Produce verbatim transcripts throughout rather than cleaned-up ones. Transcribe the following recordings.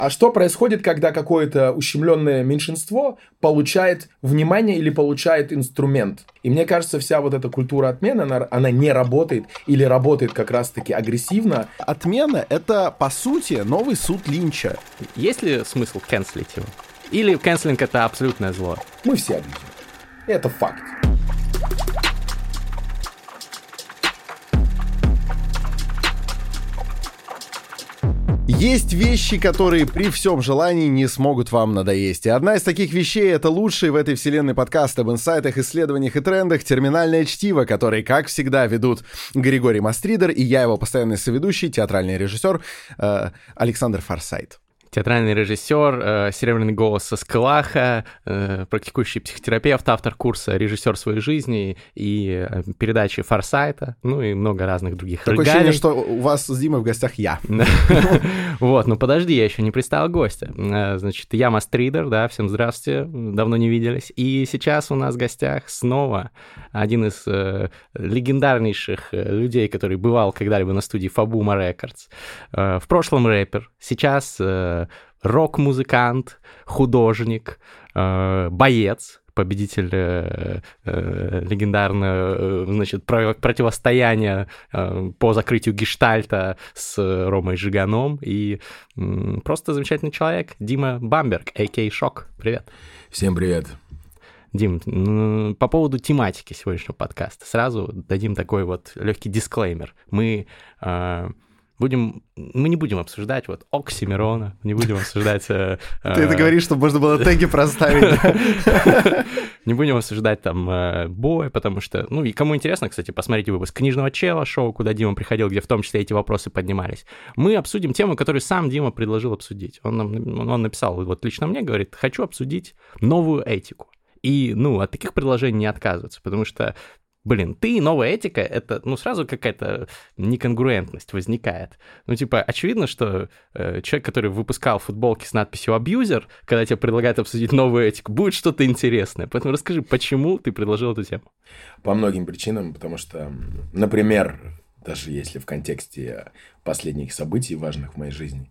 А что происходит, когда какое-то ущемленное меньшинство получает внимание или получает инструмент? И мне кажется, вся вот эта культура отмены, она, она не работает или работает как раз-таки агрессивно. Отмена — это, по сути, новый суд Линча. Есть ли смысл канцелить его? Или канцелинг — это абсолютное зло? Мы все обидим. Это факт. Есть вещи, которые при всем желании не смогут вам надоесть. И одна из таких вещей — это лучший в этой вселенной подкаст об инсайтах, исследованиях и трендах «Терминальное чтиво», который, как всегда, ведут Григорий Мастридер и я, его постоянный соведущий, театральный режиссер э, Александр Форсайт. Театральный режиссер, э, серебряный голос со Скалаха, э, практикующий психотерапевт, автор курса «Режиссер своей жизни» и э, передачи «Форсайта», ну и много разных других Такое регалий. ощущение, что у вас с Димой в гостях я. Вот, ну подожди, я еще не представил гостя. Значит, я Мастридер, да, всем здравствуйте, давно не виделись. И сейчас у нас в гостях снова один из э, легендарнейших людей, который бывал когда-либо на студии Фабума Рекордс. Э, в прошлом рэпер, сейчас э, рок-музыкант, художник, э, боец, победитель э, э, легендарного, э, значит, про- противостояния э, по закрытию гештальта с Ромой Жиганом и э, просто замечательный человек Дима Бамберг, а.к.а. Шок. Привет. Всем привет. Дим, ну, по поводу тематики сегодняшнего подкаста сразу дадим такой вот легкий дисклеймер. Мы... Э, Будем, мы не будем обсуждать вот оксимирона, не будем обсуждать... Ты это говоришь, чтобы можно было теги проставить. Не будем обсуждать там боя, потому что... Ну, и кому интересно, кстати, посмотрите выпуск «Книжного чела» шоу, куда Дима приходил, где в том числе эти вопросы поднимались. Мы обсудим тему, которую сам Дима предложил обсудить. Он, нам, он написал, вот лично мне, говорит, хочу обсудить новую этику. И, ну, от таких предложений не отказываться, потому что блин, ты и новая этика, это, ну, сразу какая-то неконгруентность возникает. Ну, типа, очевидно, что э, человек, который выпускал футболки с надписью «Абьюзер», когда тебе предлагают обсудить новую этику, будет что-то интересное. Поэтому расскажи, почему ты предложил эту тему? По многим причинам, потому что, например, даже если в контексте последних событий, важных в моей жизни,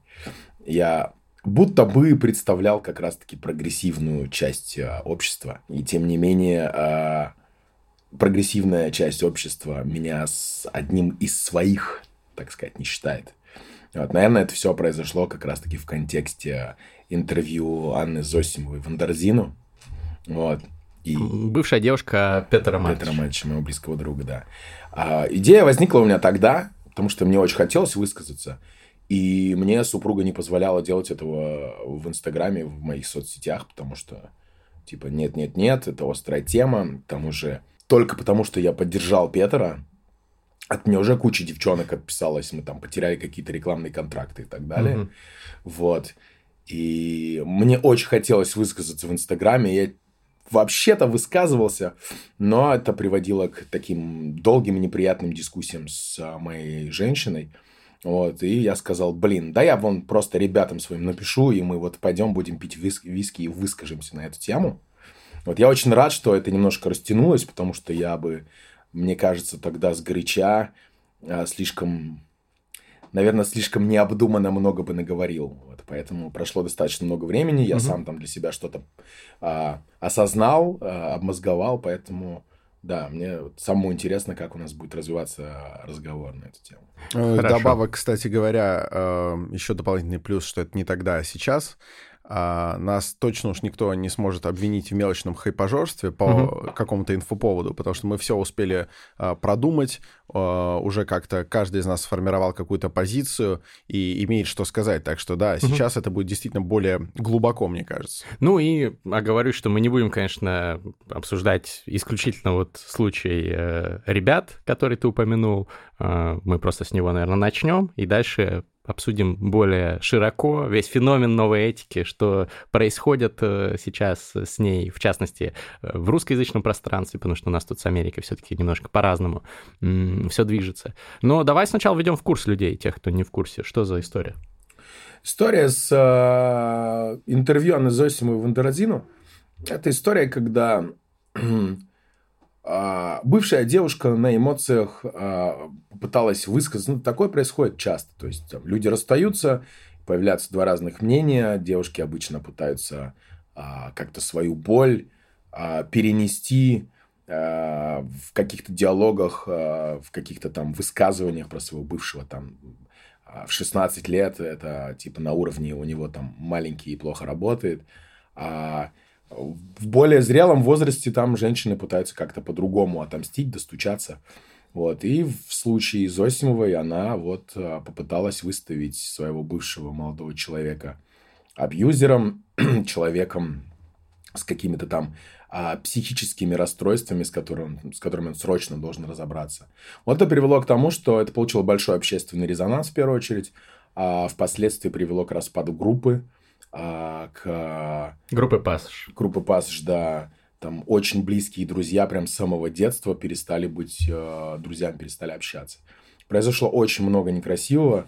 я будто бы представлял как раз-таки прогрессивную часть э, общества. И, тем не менее... Э, прогрессивная часть общества меня с одним из своих, так сказать, не считает. Вот, наверное, это все произошло как раз-таки в контексте интервью Анны Зосимовой Вандерзину. Вот. И... Бывшая девушка Петра Мальчича. Петра Мальчича, моего близкого друга, да. А, идея возникла у меня тогда, потому что мне очень хотелось высказаться. И мне супруга не позволяла делать этого в Инстаграме, в моих соцсетях, потому что, типа, нет-нет-нет, это острая тема, к тому же только потому, что я поддержал Петра, от меня уже куча девчонок отписалась, мы там потеряли какие-то рекламные контракты и так далее. Uh-huh. Вот. И мне очень хотелось высказаться в Инстаграме. Я вообще-то высказывался, но это приводило к таким долгим и неприятным дискуссиям с моей женщиной. Вот. И я сказал, блин, да я вон просто ребятам своим напишу, и мы вот пойдем будем пить виски, виски и выскажемся на эту тему. Вот я очень рад, что это немножко растянулось, потому что я бы, мне кажется, тогда сгоряча а, слишком, наверное, слишком необдуманно много бы наговорил. Вот, поэтому прошло достаточно много времени, я угу. сам там для себя что-то а, осознал, а, обмозговал, поэтому, да, мне самому интересно, как у нас будет развиваться разговор на эту тему. Хорошо. Добавок, кстати говоря, еще дополнительный плюс, что это не тогда, а сейчас. А нас точно уж никто не сможет обвинить в мелочном хайпажорстве по uh-huh. какому-то инфоповоду, потому что мы все успели а, продумать, а, уже как-то каждый из нас сформировал какую-то позицию и имеет что сказать. Так что да, сейчас uh-huh. это будет действительно более глубоко, мне кажется. Ну и оговорюсь, что мы не будем, конечно, обсуждать исключительно вот случай э, ребят, который ты упомянул. Э, мы просто с него, наверное, начнем и дальше обсудим более широко весь феномен новой этики, что происходит сейчас с ней, в частности, в русскоязычном пространстве, потому что у нас тут с Америкой все-таки немножко по-разному все движется. Но давай сначала введем в курс людей, тех, кто не в курсе. Что за история? История с э, интервью Анны Зосимовой Вандерзину. Это история, когда бывшая девушка на эмоциях попыталась высказать. Ну, такое происходит часто. То есть там, люди расстаются, появляются два разных мнения. Девушки обычно пытаются а, как-то свою боль а, перенести а, в каких-то диалогах, а, в каких-то там высказываниях про своего бывшего там а, в шестнадцать лет. Это типа на уровне у него там маленький и плохо работает. А в более зрелом возрасте там женщины пытаются как-то по-другому отомстить, достучаться. Вот. И в случае Зосимовой она вот попыталась выставить своего бывшего молодого человека абьюзером, человеком с какими-то там а, психическими расстройствами, с, которым, с которыми он срочно должен разобраться. Вот это привело к тому, что это получило большой общественный резонанс в первую очередь, а впоследствии привело к распаду группы, а, к... Группы «Пассаж». Группы «Пассаж», да. Там очень близкие друзья прям с самого детства перестали быть э, друзьями, перестали общаться. Произошло очень много некрасивого.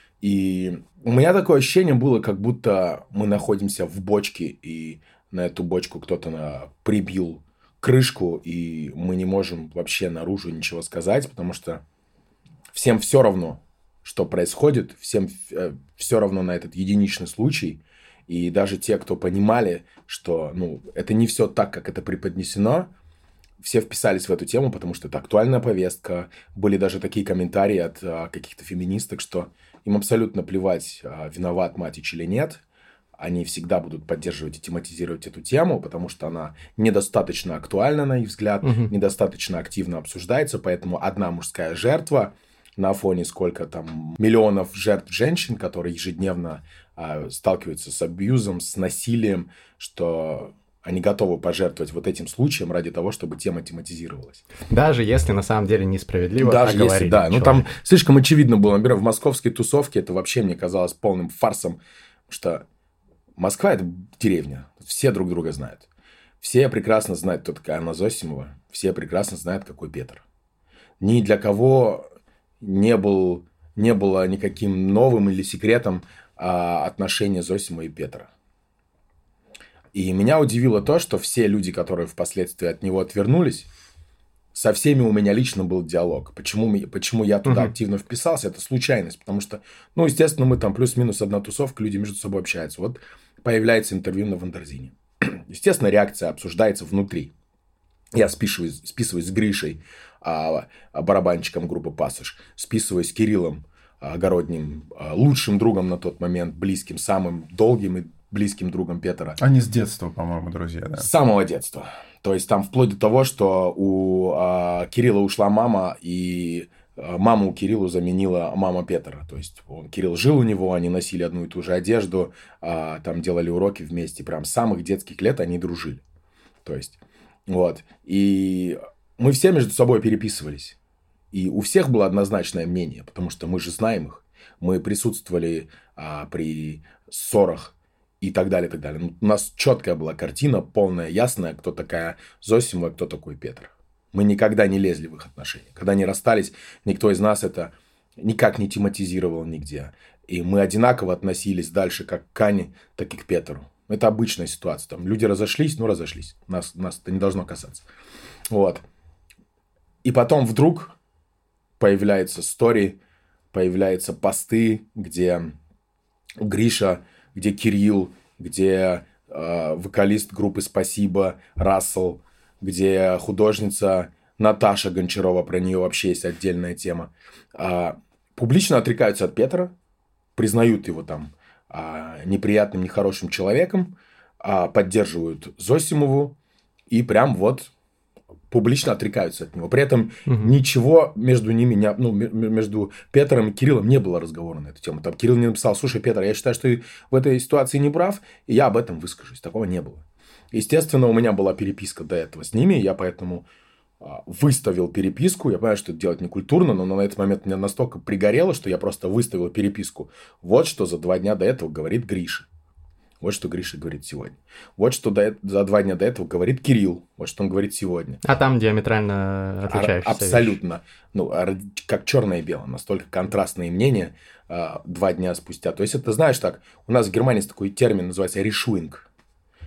И у меня такое ощущение было, как будто мы находимся в бочке, и на эту бочку кто-то на... прибил крышку, и мы не можем вообще наружу ничего сказать, потому что всем все равно, что происходит, всем э, все равно на этот единичный случай. И даже те, кто понимали, что ну, это не все так, как это преподнесено, все вписались в эту тему, потому что это актуальная повестка. Были даже такие комментарии от а, каких-то феминисток, что им абсолютно плевать, а, виноват Матич или нет. Они всегда будут поддерживать и тематизировать эту тему, потому что она недостаточно актуальна, на их взгляд, угу. недостаточно активно обсуждается. Поэтому одна мужская жертва на фоне сколько там миллионов жертв женщин, которые ежедневно а, сталкиваются с абьюзом, с насилием, что они готовы пожертвовать вот этим случаем ради того, чтобы тема тематизировалась. Даже если на самом деле несправедливо. Даже если, да. Ну, там слишком очевидно было. Например, в московской тусовке это вообще мне казалось полным фарсом, что Москва – это деревня. Все друг друга знают. Все прекрасно знают, кто такая Анна Зосимова. Все прекрасно знают, какой Петр. Ни для кого не, был, не было никаким новым или секретом а, отношения Зосимова и Петра. И меня удивило то, что все люди, которые впоследствии от него отвернулись, со всеми у меня лично был диалог. Почему, почему я туда угу. активно вписался? Это случайность. Потому что, ну, естественно, мы там плюс-минус одна тусовка, люди между собой общаются. Вот появляется интервью на Вандерзине. Естественно, реакция обсуждается внутри. Я списываюсь, списываюсь с Гришей, а, а, барабанщиком группы «Пассаж», списываюсь с Кириллом а, Огородним, а, лучшим другом на тот момент, близким, самым долгим и близким другом Петра. Они с детства, по-моему, друзья, да? С самого детства. То есть там вплоть до того, что у а, Кирилла ушла мама, и а, маму Кириллу заменила мама Петра. То есть он, Кирилл жил у него, они носили одну и ту же одежду, а, там делали уроки вместе. Прям с самых детских лет они дружили. То есть, вот. И мы все между собой переписывались. И у всех было однозначное мнение, потому что мы же знаем их. Мы присутствовали а, при ссорах и так далее, и так далее. У нас четкая была картина, полная, ясная, кто такая Зосимова, кто такой Петр. Мы никогда не лезли в их отношения. Когда они расстались, никто из нас это никак не тематизировал нигде. И мы одинаково относились дальше как к Ане, так и к Петру. Это обычная ситуация. Там люди разошлись, ну разошлись. Нас, нас это не должно касаться. Вот. И потом вдруг появляются стори, появляются посты, где Гриша, где Кирилл, где э, вокалист группы «Спасибо» Рассел, где художница Наташа Гончарова, про нее вообще есть отдельная тема, э, публично отрекаются от Петра, признают его там э, неприятным, нехорошим человеком, э, поддерживают Зосимову и прям вот публично отрекаются от него. При этом угу. ничего между ними, не, ну, между Петром и Кириллом не было разговора на эту тему. Там Кирилл не написал: слушай, Петр, я считаю, что ты в этой ситуации не прав, и я об этом выскажусь. Такого не было. Естественно, у меня была переписка до этого с ними, я поэтому а, выставил переписку. Я понимаю, что это делать некультурно, но на этот момент меня настолько пригорело, что я просто выставил переписку. Вот что за два дня до этого говорит Гриша. Вот что Гриша говорит сегодня. Вот что до, за два дня до этого говорит Кирилл. Вот что он говорит сегодня. А там диаметрально отличающиеся. Абсолютно. Вещи. Ну, как черное и белое. Настолько контрастные мнения а, два дня спустя. То есть, это, знаешь, так, у нас в Германии есть такой термин, называется решуинг.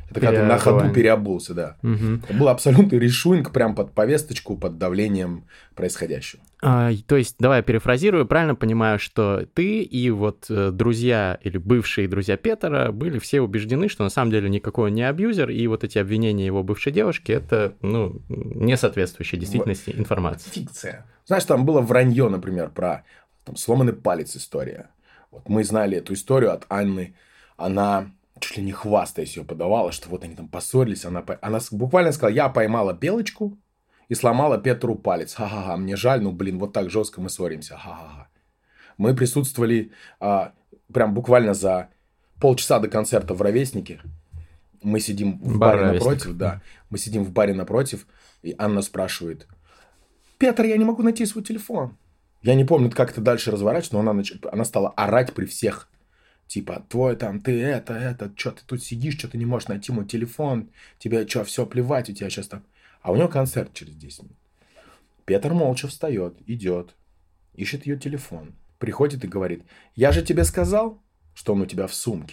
Это когда ты на ходу переобулся, да. Угу. Это был абсолютный решуинг прям под повесточку, под давлением происходящего. А, то есть, давай я перефразирую, правильно понимаю, что ты и вот э, друзья или бывшие друзья Петера были все убеждены, что на самом деле никакой он не абьюзер, и вот эти обвинения его бывшей девушки — это, ну, не соответствующая действительности информация. Фикция. Знаешь, там было вранье, например, про там, сломанный палец история. Вот мы знали эту историю от Анны. Она, чуть ли не хвастаясь, ее подавала, что вот они там поссорились. Она, она буквально сказала: я поймала белочку и сломала Петру палец. Ха-ха-ха, мне жаль, ну, блин, вот так жестко мы ссоримся. Ха-ха-ха. Мы присутствовали а, прям буквально за полчаса до концерта в «Ровеснике». Мы сидим в Бар баре «Ровесник». напротив, да. Мы сидим в баре напротив, и Анна спрашивает: Петр, я не могу найти свой телефон. Я не помню, как это дальше разворачивать, но она, нач... она стала орать при всех. Типа, твой там, ты это, это, что ты тут сидишь, что ты не можешь найти мой телефон, тебе что, все плевать, у тебя сейчас там... А у него концерт через десять минут. Петр молча встает, идет, ищет ее телефон, приходит и говорит: я же тебе сказал, что он у тебя в сумке.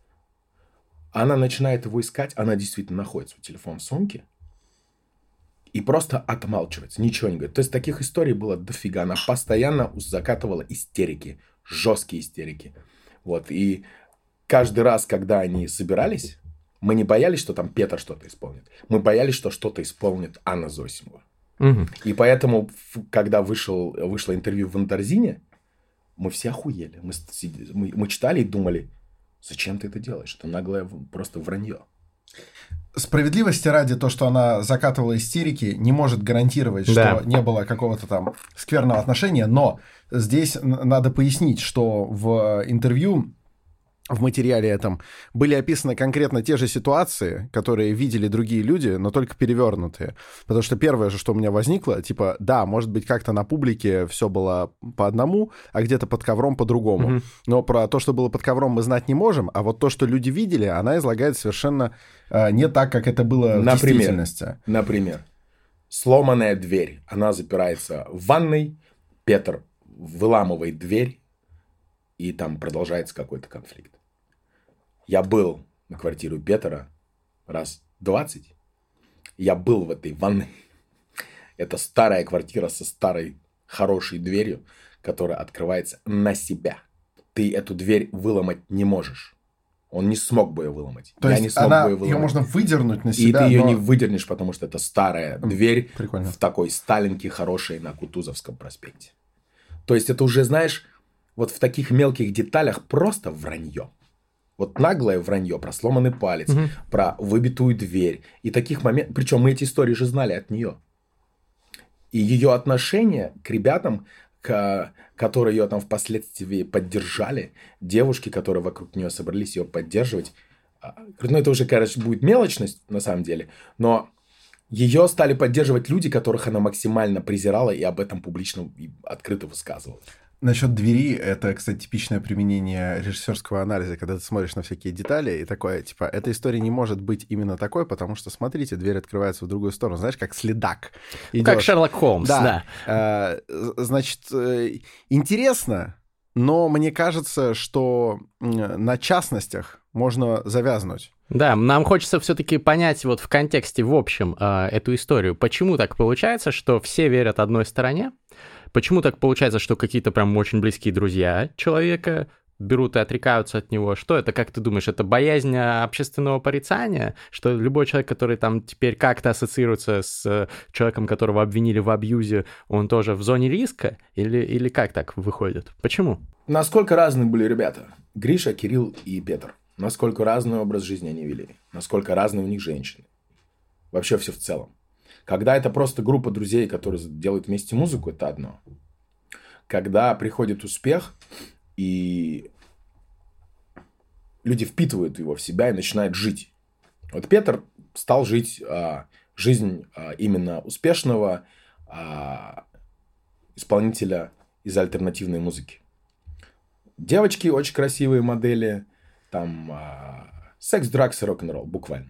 Она начинает его искать, она действительно находит свой телефон в сумке и просто отмалчивается, ничего не говорит. То есть таких историй было дофига. Она постоянно закатывала истерики, жесткие истерики. Вот, и каждый раз, когда они собирались, мы не боялись, что там Петр что-то исполнит. Мы боялись, что что-то исполнит Анна Зосимова. Угу. И поэтому, когда вышел, вышло интервью в Интерзине, мы все охуели. Мы, мы, мы читали и думали: зачем ты это делаешь? Это наглое просто вранье. Справедливости ради, то, что она закатывала истерики, не может гарантировать, да. что не было какого-то там скверного отношения, но здесь надо пояснить, что в интервью, в материале этом были описаны конкретно те же ситуации, которые видели другие люди, но только перевернутые. Потому что первое же, что у меня возникло, типа, да, может быть, как-то на публике все было по одному, а где-то под ковром по-другому. Mm-hmm. Но про то, что было под ковром, мы знать не можем, а вот то, что люди видели, она излагает совершенно э, не так, как это было например, в действительности. Например, сломанная дверь. Она запирается в ванной, Петр выламывает дверь, и там продолжается какой-то конфликт. Я был на квартире Петра раз двадцать. Я был в этой ванной. Это старая квартира со старой хорошей дверью, которая открывается на себя. Ты эту дверь выломать не можешь. Он не смог бы ее выломать. То Я есть не смог она, бы ее выломать. Ее можно выдернуть на себя. И ты ее но... не выдернешь, потому что это старая дверь. Прикольно. В такой Сталинке хорошей на Кутузовском проспекте. То есть это уже, знаешь, вот в таких мелких деталях просто вранье. Вот наглое вранье про сломанный палец, угу. про выбитую дверь. И таких моментов... Причем мы эти истории же знали от нее. И ее отношение к ребятам, к... которые ее там впоследствии поддержали, девушки, которые вокруг нее собрались ее поддерживать. Ну, это уже, короче, будет мелочность на самом деле. Но ее стали поддерживать люди, которых она максимально презирала и об этом публично и открыто высказывала. Насчет двери, это, кстати, типичное применение режиссерского анализа, когда ты смотришь на всякие детали и такое, типа, эта история не может быть именно такой, потому что, смотрите, дверь открывается в другую сторону. Знаешь, как следак. Идёшь. Как Шерлок Холмс, да. да. Значит, интересно, но мне кажется, что на частностях можно завязнуть. Да, нам хочется все-таки понять вот в контексте, в общем, эту историю. Почему так получается, что все верят одной стороне? Почему так получается, что какие-то прям очень близкие друзья человека берут и отрекаются от него? Что это, как ты думаешь, это боязнь общественного порицания? Что любой человек, который там теперь как-то ассоциируется с человеком, которого обвинили в абьюзе, он тоже в зоне риска? Или, или как так выходит? Почему? Насколько разные были ребята? Гриша, Кирилл и Петр. Насколько разный образ жизни они вели. Насколько разные у них женщины. Вообще все в целом. Когда это просто группа друзей, которые делают вместе музыку, это одно. Когда приходит успех, и люди впитывают его в себя и начинают жить. Вот Петр стал жить а, жизнь а, именно успешного а, исполнителя из альтернативной музыки. Девочки очень красивые модели, там а, секс, дракс и рок-н-ролл, буквально.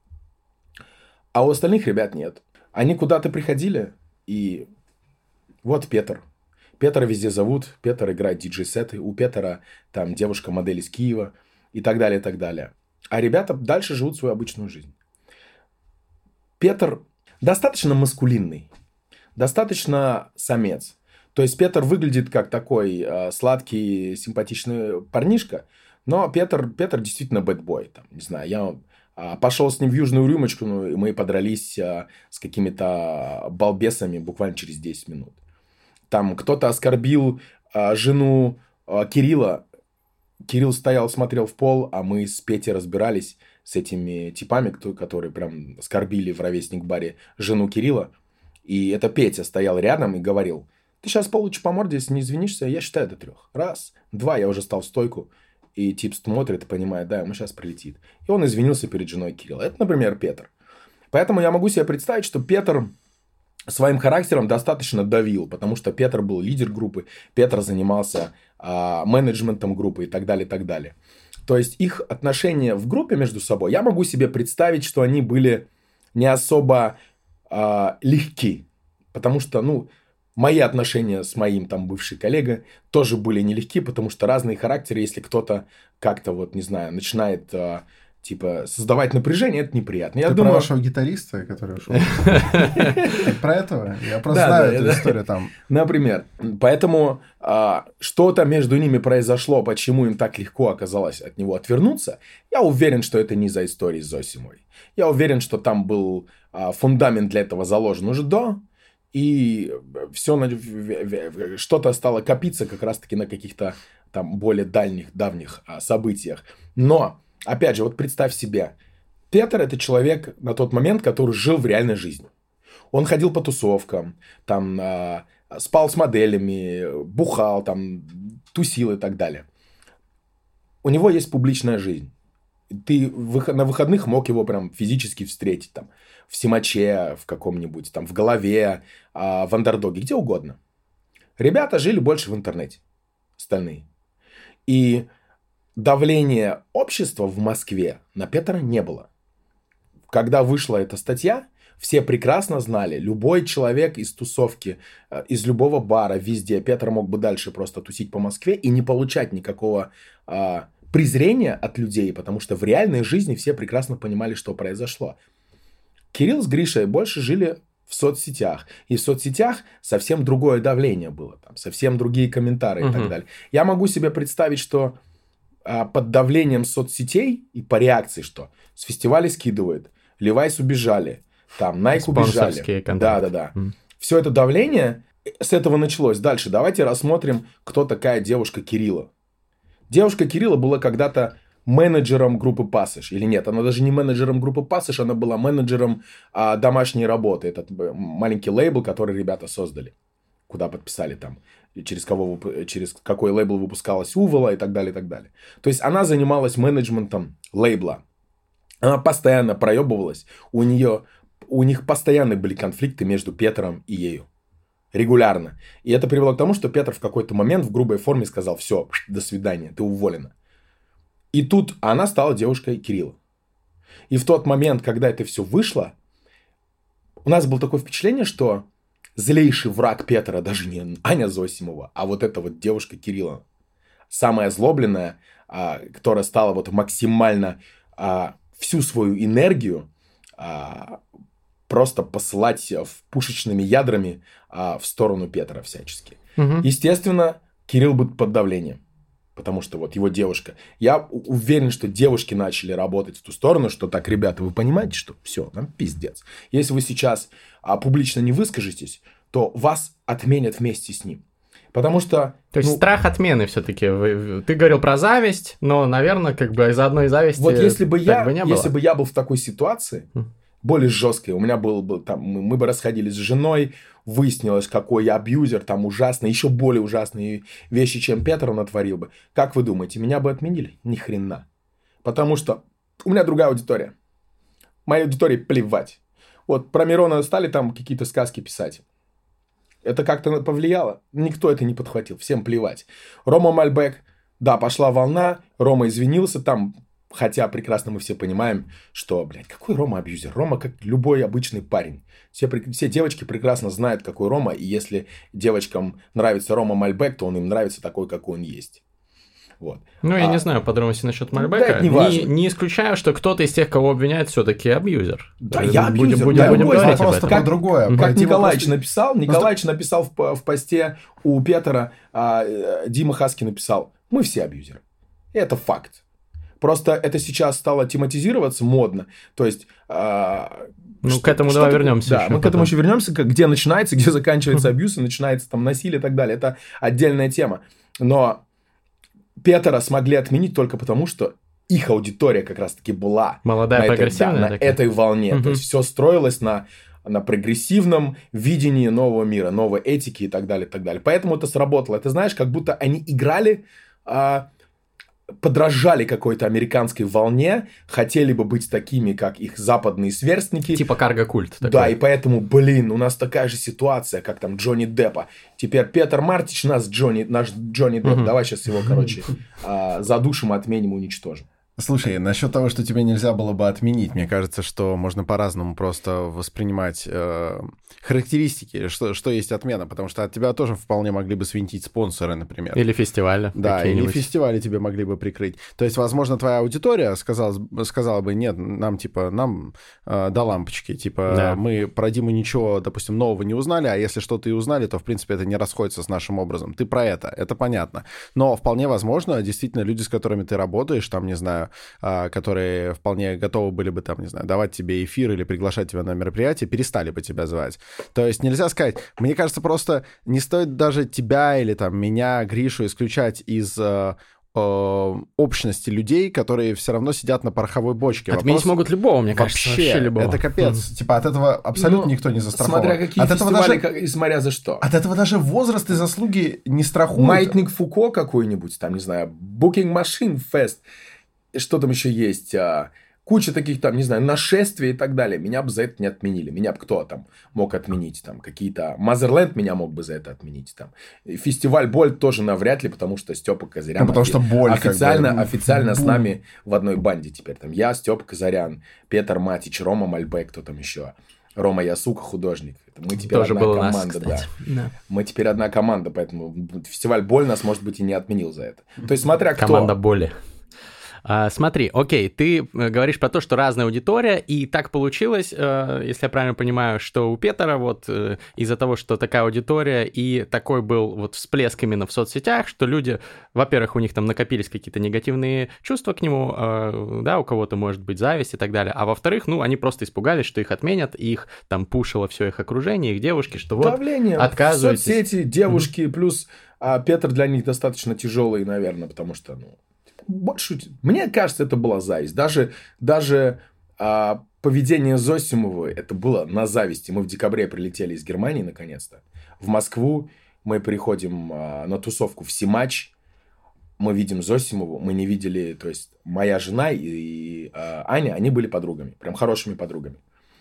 А у остальных ребят нет. Они куда-то приходили, и вот Петр. Петра везде зовут, Петр играет диджей-сеты, у Петра там девушка-модель из Киева и так далее, и так далее. а ребята дальше живут свою обычную жизнь. Петр достаточно маскулинный, достаточно самец. То есть Петр выглядит как такой э, сладкий, симпатичный парнишка, но Петр, Петр действительно бэтбой. Там, не знаю, я э, пошел с ним в южную рюмочку, ну, и мы подрались э, с какими-то балбесами буквально через десять минут. Там кто-то оскорбил э, жену э, Кирилла. Кирилл стоял, смотрел в пол, а мы с Петей разбирались с этими типами, кто, которые прям оскорбили в ровесник баре жену Кирилла. И это Петя стоял рядом и говорил: ты сейчас получишь по морде, если не извинишься, я считаю до трех. Раз, два, я уже стал в стойку. И тип смотрит и понимает, да, ему сейчас прилетит. И он извинился перед женой Кирилла. Это, например, Петр. Поэтому я могу себе представить, что Петр своим характером достаточно давил, потому что Петр был лидер группы, Петр занимался а, менеджментом группы и так далее, и так далее. То есть их отношения в группе между собой, я могу себе представить, что они были не особо а, легки, потому что, ну, мои отношения с моим там бывшим коллегой тоже были нелегки, потому что разные характеры, если кто-то как-то вот, не знаю, начинает а, типа создавать напряжение, это неприятно. Я Ты думаю... про вашего гитариста, который ушел? Про этого? Я просто знаю эту историю там. Например. Поэтому что-то между ними произошло, почему им так легко оказалось от него отвернуться. Я уверен, что это не из-за истории с Зосимой. Я уверен, что там был фундамент для этого заложен уже до, и все что-то стало копиться как раз-таки на каких-то там более дальних, давних событиях. Но опять же, вот представь себе, Петр – это человек на тот момент, который жил в реальной жизни. Он ходил по тусовкам, там, э, спал с моделями, бухал, там, тусил и так далее. У него есть публичная жизнь. Ты на выходных мог его прям физически встретить, там, в Симаче, в каком-нибудь, там, в Голове, э, в Андердоге, где угодно. Ребята жили больше в интернете, остальные. И давления общества в Москве на Петра не было. Когда вышла эта статья, все прекрасно знали, любой человек из тусовки, из любого бара, везде, Петр мог бы дальше просто тусить по Москве и не получать никакого а, презрения от людей, потому что в реальной жизни все прекрасно понимали, что произошло. Кирилл с Гришей больше жили в соцсетях. И в соцсетях совсем другое давление было, там, совсем другие комментарии угу. и так далее. Я могу себе представить, что под давлением соцсетей и по реакции, что с фестиваля скидывают, Levi's убежали, там, Nike убежали. Да, да, да. Mm. Все это давление с этого началось. Дальше давайте рассмотрим, кто такая девушка Кирилла. Девушка Кирилла была когда-то менеджером группы Passage. Или нет, она даже не менеджером группы Passage, она была менеджером а, домашней работы. Этот маленький лейбл, который ребята создали. Куда подписали там, через, кого, через какой лейбл выпускалась Увола и так далее, и так далее. То есть она занималась менеджментом лейбла. Она постоянно проебывалась. У нее, у них постоянно были конфликты между Петром и ею. Регулярно. И это привело к тому, что Петр в какой-то момент в грубой форме сказал: все, до свидания, ты уволена. И тут она стала девушкой Кирилла. И в тот момент, когда это все вышло, у нас было такое впечатление, что злейший враг Петра даже не Аня Зосимова, а вот эта вот девушка Кирилла. Самая озлобленная, а, которая стала вот максимально а, всю свою энергию а, просто посылать в пушечными ядрами а, в сторону Петра всячески. Угу. Естественно, Кирилл будет под давлением. Потому что вот его девушка... Я уверен, что девушки начали работать в ту сторону, что так, ребята, вы понимаете, что все, нам пиздец. Если вы сейчас а, публично не выскажетесь, то вас отменят вместе с ним. Потому что... То есть ну, страх отмены все-таки. Ты говорил про зависть, но, наверное, как бы из-за одной зависти... Вот если бы, я, бы если бы я был в такой ситуации, mm. более жесткой, у меня был бы там... Мы бы расходились с женой, выяснилось, какой я абьюзер, там ужасный, еще более ужасные вещи, чем Петр он натворил бы. Как вы думаете, меня бы отменили? Ни хрена. Потому что у меня другая аудитория. Моей аудитории плевать. Вот про Мирона стали там какие-то сказки писать. Это как-то повлияло? Никто это не подхватил. Всем плевать. Рома Мальбек. Да, пошла волна. Рома извинился там. Хотя прекрасно мы все понимаем, что, блядь, какой Рома абьюзер? Рома как любой обычный парень. Все, все девочки прекрасно знают, какой Рома. И если девочкам нравится Рома Мальбек, то он им нравится такой, какой он есть. Вот. Ну, я а, не знаю подробностей насчет Мальбека. Да, не, не, не исключаю, что кто-то из тех, кого обвиняют, все-таки абьюзер. Да, я будем, абьюзер. будем, Да, будем говорить просто об этом. про другое. Как Дима Николаевич просто... написал, Николаевич написал в, в посте у Петера, а, Дима Хаски написал, мы все абьюзеры. Это факт. Просто это сейчас стало тематизироваться модно. То есть... А, ну, что, к этому что давай ты, вернемся. Да, мы потом. к этому еще вернемся, где начинается, где заканчивается абьюз, и начинается там насилие и так далее. Это отдельная тема. Но Петера смогли отменить только потому, что их аудитория как раз-таки была молодая, на, этой, прогрессивная, да, на этой волне. Угу. То есть все строилось на, на прогрессивном видении нового мира, новой этики и так далее, и так далее. Поэтому это сработало. Это, знаешь, как будто они играли... А, подражали какой-то американской волне, хотели бы быть такими, как их западные сверстники. Типа карго-культ. Да, такой. И поэтому, блин, у нас такая же ситуация, как там Джонни Деппа. Теперь Петр Мартич нас Джонни, наш Джонни Депп. Угу. Давай сейчас его, короче, задушим, отменим, уничтожим. Слушай, насчет того, что тебе нельзя было бы отменить, мне кажется, что можно по-разному просто воспринимать э, характеристики, что, что есть отмена, потому что от тебя тоже вполне могли бы свинтить спонсоры, например. Или фестивали. Да, или фестивали тебе могли бы прикрыть. То есть, возможно, твоя аудитория сказала, сказала бы, нет, нам, типа, нам э, до лампочки, типа, да. мы про Диму ничего, допустим, нового не узнали, а если что-то и узнали, то, в принципе, это не расходится с нашим образом. Ты про это, это понятно. Но вполне возможно, действительно, люди, с которыми ты работаешь, там, не знаю, которые вполне готовы были бы, там, не знаю, давать тебе эфир или приглашать тебя на мероприятие, перестали бы тебя звать. То есть нельзя сказать... Мне кажется, просто не стоит даже тебя или там меня, Гришу, исключать из... общности людей, которые все равно сидят на пороховой бочке. Отменить Вопрос... могут любого, мне кажется. Вообще, вообще любого. Это капец. Mm. Типа от этого абсолютно ну, никто не застрахован. Смотря какие от фестивали, этого даже... как, и смотря за что. От этого даже возраст и заслуги не страхуют. Маятник Фуко какой-нибудь, там, не знаю, Booking Machine Fest, что там еще есть, а, куча таких там, не знаю, нашествий и так далее. Меня бы за это не отменили. Меня бы кто там мог отменить? Там какие-то... Мазерленд меня мог бы за это отменить. Там. Фестиваль Боль тоже навряд ли, потому что Степа Казарян... Ну, потому что Боль официально, как бы... официально с нами в одной банде теперь. Там я, Степа Казарян, Петр Матич, Рома Мальбек, кто там еще? Рома Ясука, художник. Мы теперь тоже одна нас, команда, да. да. Мы теперь одна команда, поэтому фестиваль Боль нас, может быть, и не отменил за это. То есть, смотря кто... Команда Боли. А, смотри, окей, ты говоришь про то, что разная аудитория, и так получилось, э, если я правильно понимаю, что у Петера вот э, из-за того, что такая аудитория и такой был вот всплеск именно в соцсетях, что люди, во-первых, у них там накопились какие-то негативные чувства к нему, э, да, у кого-то может быть зависть и так далее, а во-вторых, ну, они просто испугались, что их отменят, их там пушило все их окружение, их девушки, что вот давление, отказывайтесь. Соцсети, девушки, mm-hmm. плюс а, Петр для них достаточно тяжелый, наверное, потому что, ну, больше... Мне кажется, это была зависть. Даже, даже а, поведение Зосимовой, это было на зависти. Мы в декабре прилетели из Германии, наконец-то, в Москву. Мы приходим а, на тусовку в Симач. Мы видим Зосимову. Мы не видели... То есть, моя жена и, и а, Аня, они были подругами. Прям хорошими подругами.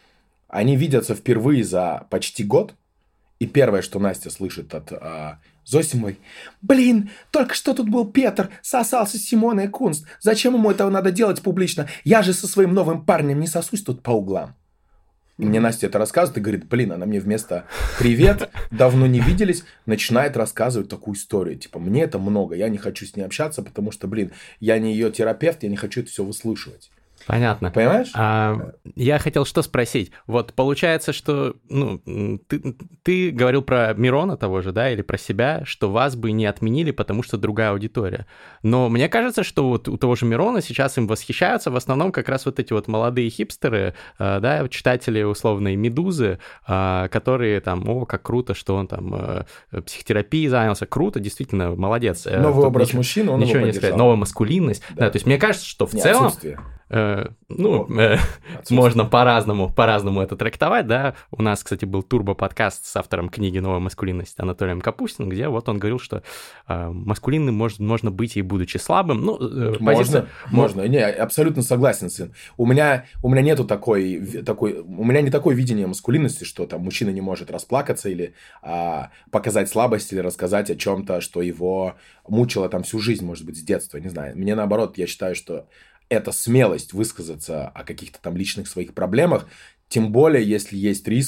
Они видятся впервые за почти год. И первое, что Настя слышит от а, Зосимовой: блин, только что тут был Петр, сосался с Симоной Кунст. Зачем ему этого надо делать публично? Я же со своим новым парнем не сосусь тут по углам. И мне Настя это рассказывает и говорит: блин, она мне вместо «привет, давно не виделись» начинает рассказывать такую историю. Типа, мне это много, я не хочу с ней общаться, потому что, блин, я не ее терапевт, я не хочу это все выслушивать. Понятно. Понимаешь? А, я хотел что спросить. Вот получается, что ну, ты, ты говорил про Мирона того же, да, или про себя, что вас бы не отменили, потому что другая аудитория. Но мне кажется, что вот у того же Мирона сейчас им восхищаются в основном как раз вот эти вот молодые хипстеры, да, читатели условной «Медузы», которые там, о, как круто, что он там психотерапией занялся. Круто, действительно, молодец. Новый Тут образ ничего, мужчины, он ничего не сказать. Новая маскулинность. Да. Да, то есть мне кажется, что в не, целом... Отсутствие. Э, ну, э, можно по-разному, по-разному это трактовать, да. У нас, кстати, был турбо-подкаст с автором книги «Новая маскулинность» Анатолием Капустиным, где вот он говорил, что э, маскулинным может, можно быть и будучи слабым. Ну, э, можно, позиция... можно. Не, абсолютно согласен, сын. У меня, у меня нету такой, такой, у меня не такое видение маскулинности, что там мужчина не может расплакаться или а, показать слабость или рассказать о чем-то, что его мучило там всю жизнь, может быть, с детства, не знаю. Мне наоборот, я считаю, что это смелость высказаться о каких-то там личных своих проблемах, тем более, если есть риск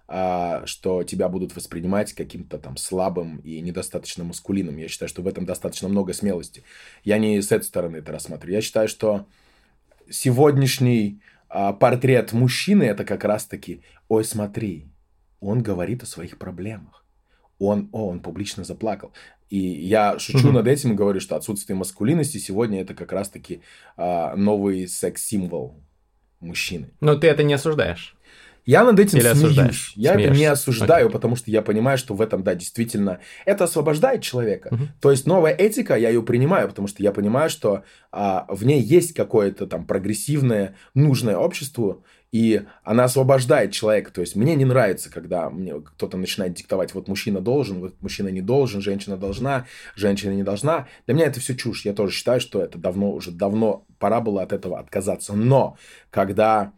а, что тебя будут воспринимать каким-то там слабым и недостаточно маскулинным. Я считаю, что в этом достаточно много смелости. Я не с этой стороны это рассматриваю. Я считаю, что сегодняшний а, портрет мужчины это как раз-таки, ой, смотри, он говорит о своих проблемах. Он, о, он публично заплакал. И я шучу mm-hmm. над этим и говорю, что отсутствие маскулинности сегодня это как раз-таки а, новый секс-символ мужчины. Но ты это не осуждаешь? Я над этим Или смеюсь. Я Смеешься. это не осуждаю, okay. потому что я понимаю, что в этом, да, действительно, это освобождает человека. Uh-huh. То есть новая этика, я ее принимаю, потому что я понимаю, что а, в ней есть какое-то там прогрессивное, нужное обществу, и она освобождает человека. То есть мне не нравится, когда мне кто-то начинает диктовать, вот мужчина должен, вот мужчина не должен, женщина должна, женщина не должна. Для меня это все чушь. Я тоже считаю, что это давно, уже давно пора было от этого отказаться. Но когда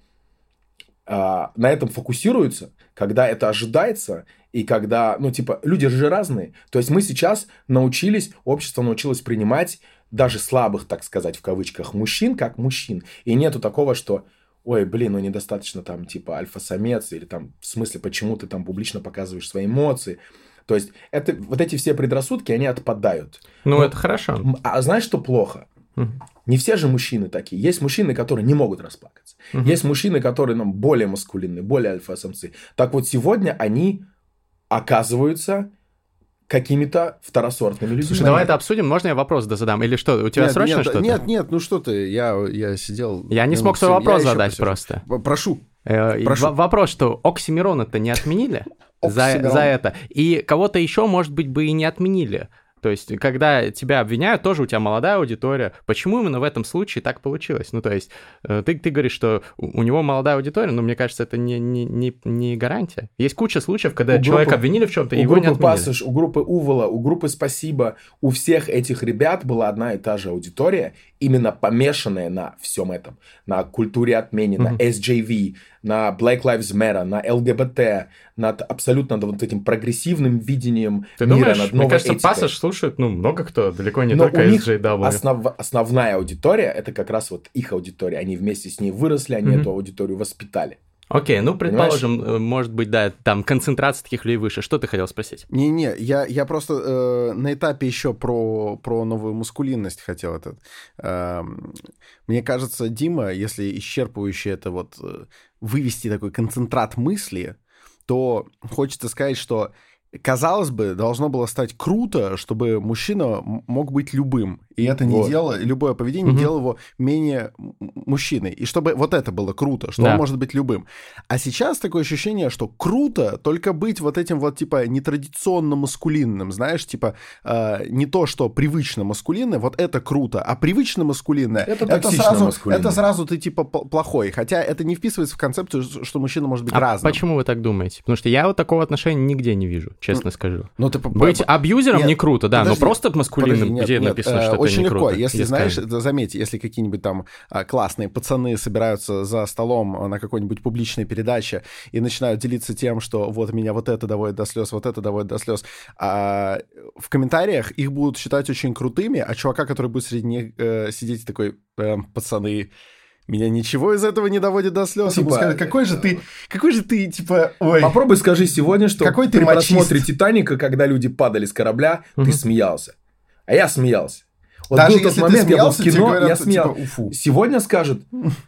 на этом фокусируются, когда это ожидается, и когда, ну, типа, люди же разные. То есть мы сейчас научились, общество научилось принимать даже слабых, так сказать, в кавычках, мужчин, как мужчин. И нету такого, что, ой, блин, ну, недостаточно там, типа, альфа-самец, или там, в смысле, почему ты там публично показываешь свои эмоции. То есть это, вот эти все предрассудки, они отпадают. Ну, Но, это хорошо. А знаешь, что плохо? Не все же мужчины такие. Есть мужчины, которые не могут расплакаться. Uh-huh. Есть мужчины, которые ну, более маскулинные, более альфа-самцы. Так вот, сегодня они оказываются какими-то второсортными людьми. Слушай, давай это обсудим. Можно я вопрос задам? Или что, у тебя нет, срочно нет, что-то? Нет, нет, ну что ты, я, я сидел... Я не ну, смог свой вопрос задать еще просто. Прошу. Э, Прошу. Вопрос, что оксимирон-то не отменили за, за это? И кого-то еще, может быть, бы и не отменили. То есть, когда тебя обвиняют, тоже у тебя молодая аудитория. Почему именно в этом случае так получилось? Ну, то есть, ты, ты говоришь, что у него молодая аудитория, но мне кажется, это не, не, не, не гарантия. Есть куча случаев, когда у человека группы, обвинили в чем-то, и его не отменили. У группы Пассаж, у группы Увола, у группы Спасибо, у всех этих ребят была одна и та же аудитория, именно помешанная на всем этом. На культуре отмене, mm-hmm. на эс джей ви, на Black Lives Matter, на эл гэ бэ тэ, над абсолютно над вот этим прогрессивным видением Ты мира, думаешь, над новой мне кажется, этикой. Пассаж слушает, ну, много кто, далеко не Но только у них эс джей дабл ю. Основ, основная аудитория, это как раз вот их аудитория. Они вместе с ней выросли, они mm-hmm. эту аудиторию воспитали. Окей, ну, предположим, Понимаешь? Может быть, да, там концентрация таких людей выше. Что ты хотел спросить? Не-не, я, я просто э, на этапе еще про, про новую маскулинность хотел этот. Э, мне кажется, Дима, если исчерпывающе это вот э, вывести такой концентрат мысли, то хочется сказать, что казалось бы, должно было стать круто, чтобы мужчина мог быть любым. И это не вот. делало, любое поведение угу. делало его менее мужчиной. И чтобы вот это было круто, что да. он может быть любым. А сейчас такое ощущение, что круто только быть вот этим вот, типа, нетрадиционно маскулинным, знаешь, типа, э, не то, что привычно маскулинное, вот это круто, а привычно маскулинное, это, это, сразу, это сразу ты, типа, плохой. Хотя это не вписывается в концепцию, что мужчина может быть а разным. Почему вы так думаете? Потому что я вот такого отношения нигде не вижу, честно скажу. Ну, ты... Быть абьюзером нет, не круто, да, подожди, но просто маскулинным, подожди, нет, где нет, написано, что очень это не легко. круто. Если знаешь, это, заметь, если какие-нибудь там а, классные пацаны собираются за столом на какой-нибудь публичной передаче и начинают делиться тем, что вот меня вот это доводит до слез, вот это доводит до слез, а в комментариях их будут считать очень крутыми, а чувака, который будет среди них э, сидеть такой, э, пацаны... Меня ничего из этого не доводит до слез. Типа, скажет, какой же ты, какой же ты, типа, ой. Попробуй скажи сегодня, что какой при ты просмотре «Титаника», когда люди падали с корабля, угу. ты смеялся. А я смеялся. Вот даже был тот момент, смеялся, я был в кино, говорят, я смеялся. Типа, уфу. Сегодня скажут...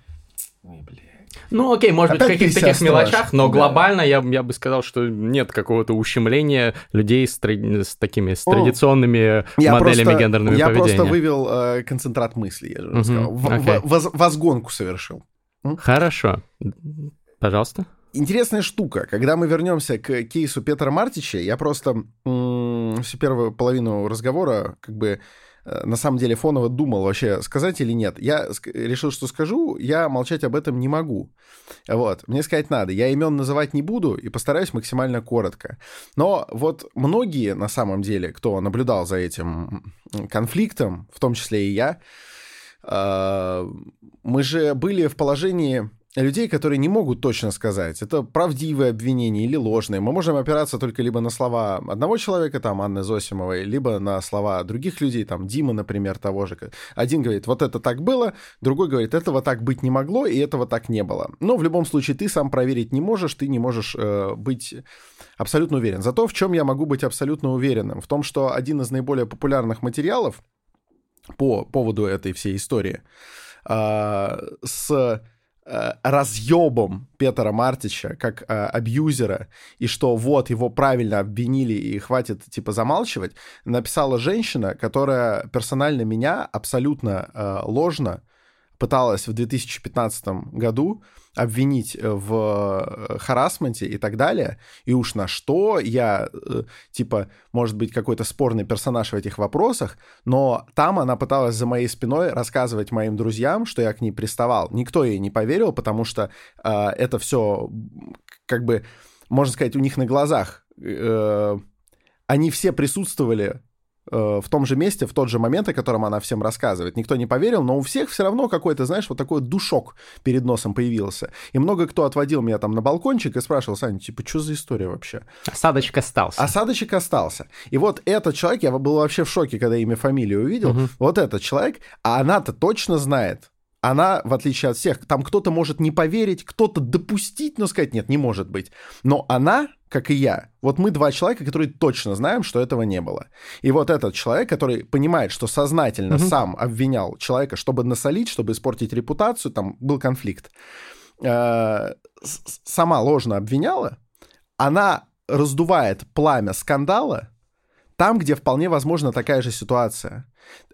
Ой, блин. Ну, окей, может Опять быть, в каких-то таких страшно. мелочах, но да. глобально я, я бы сказал, что нет какого-то ущемления людей с, тради... с такими с традиционными я моделями просто, гендерного я поведения. Я просто вывел э, концентрат мысли, я же uh-huh. сказал. В, okay. в, воз, возгонку совершил. Хорошо. Пожалуйста. Интересная штука. Когда мы вернемся к кейсу Петра Мартича, я просто м- всю первую половину разговора как бы на самом деле фоново думал вообще, сказать или нет. Я решил, что скажу, я молчать об этом не могу. Вот. Мне сказать надо. Я имен называть не буду и постараюсь максимально коротко. Но вот многие, на самом деле, кто наблюдал за этим конфликтом, в том числе и я, мы же были в положении людей, которые не могут точно сказать, это правдивые обвинения или ложные. Мы можем опираться только либо на слова одного человека, там, Анны Зосимовой, либо на слова других людей, там, Димы, например, того же. Один говорит, вот это так было, другой говорит, этого так быть не могло, и этого так не было. Но в любом случае ты сам проверить не можешь, ты не можешь э, быть абсолютно уверен. Зато в чем я могу быть абсолютно уверенным? В том, что один из наиболее популярных материалов по поводу этой всей истории э, с... разъебом Петра Мартича как э, абьюзера, и что вот его правильно обвинили и хватит типа замалчивать, написала женщина, которая персонально меня абсолютно э, ложно пыталась в две тысячи пятнадцатом году обвинить в харассменте и так далее, и уж на что я, типа, может быть, какой-то спорный персонаж в этих вопросах, но там она пыталась за моей спиной рассказывать моим друзьям, что я к ней приставал. Никто ей не поверил, потому что э, это все, как бы, можно сказать, у них на глазах. Э, они все присутствовали в том же месте, в тот же момент, о котором она всем рассказывает. Никто не поверил, но у всех все равно какой-то, знаешь, вот такой душок перед носом появился. И много кто отводил меня там на балкончик и спрашивал, Саня, типа, что за история вообще? Осадочек остался. Осадочек остался. И вот этот человек, я был вообще в шоке, когда имя, фамилию увидел, угу. Вот этот человек, а она-то точно знает. Она, в отличие от всех, там кто-то может не поверить, кто-то допустить, но сказать, нет, не может быть. Но она, как и я, вот мы два человека, которые точно знаем, что этого не было. И вот этот человек, который понимает, что сознательно mm-hmm. сам обвинял человека, чтобы насолить, чтобы испортить репутацию, там был конфликт, э- сама ложно обвиняла, она раздувает пламя скандала там, где вполне возможна такая же ситуация.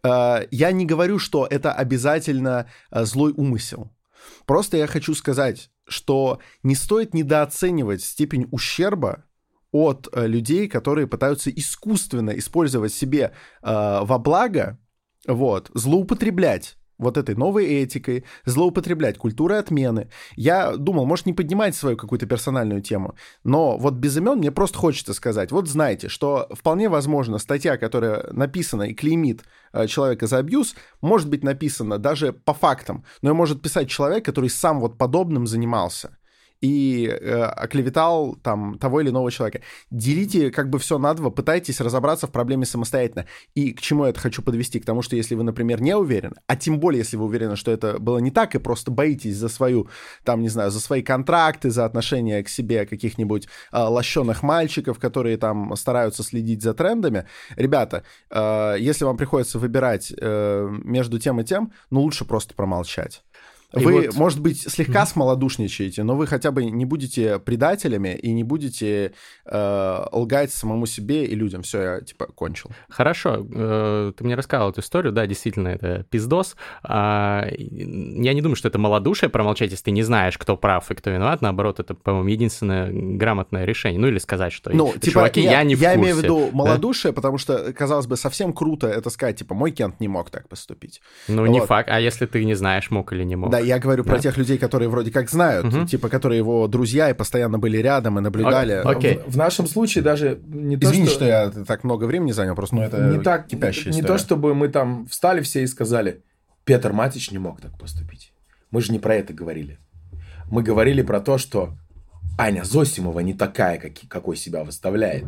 Я не говорю, что это обязательно злой умысел. Просто я хочу сказать, что не стоит недооценивать степень ущерба от людей, которые пытаются искусственно использовать себе во благо, вот, злоупотреблять вот этой новой этикой, злоупотреблять культурой отмены. Я думал, может, не поднимать свою какую-то персональную тему, но вот без имен мне просто хочется сказать, вот знайте, что вполне возможно статья, которая написана и клеймит человека за абьюз, может быть написана даже по фактам, но ее может писать человек, который сам вот подобным занимался и э, оклеветал там того или иного человека. Делите как бы все на два, пытайтесь разобраться в проблеме самостоятельно. И к чему я это хочу подвести? К тому, что если вы, например, не уверены, а тем более, если вы уверены, что это было не так, и просто боитесь за свою, там, не знаю, за свои контракты, за отношение к себе каких-нибудь э, лощеных мальчиков, которые там стараются следить за трендами, ребята, э, если вам приходится выбирать э, между тем и тем, ну, лучше просто промолчать. И вы, вот... может быть, слегка mm-hmm. смолодушничаете, но вы хотя бы не будете предателями и не будете э, лгать самому себе и людям. Все, я, типа, кончил. Хорошо. Ты мне рассказал эту историю, да, действительно, это пиздос. Я не думаю, что это малодушие промолчать, если ты не знаешь, кто прав и кто виноват. Наоборот, это, по-моему, единственное грамотное решение. Ну, или сказать, что, ну, типа, чуваки, нет, я не в я курсе. имею в виду малодушие, да? Потому что, казалось бы, совсем круто это сказать, типа, мой Кент не мог так поступить. Ну, вот. Не факт. А если ты не знаешь, мог или не мог? Да, я говорю да. про тех людей, которые вроде как знают, угу. типа, которые его друзья и постоянно были рядом и наблюдали. Окей. В, в нашем случае даже не Извини, то, что... что я так много времени занял, просто ну, это не так, кипящая не история. то, чтобы мы там встали все и сказали, Петр Матич не мог так поступить. Мы же не про это говорили. Мы говорили про то, что Аня Зосимова не такая, как, какой себя выставляет.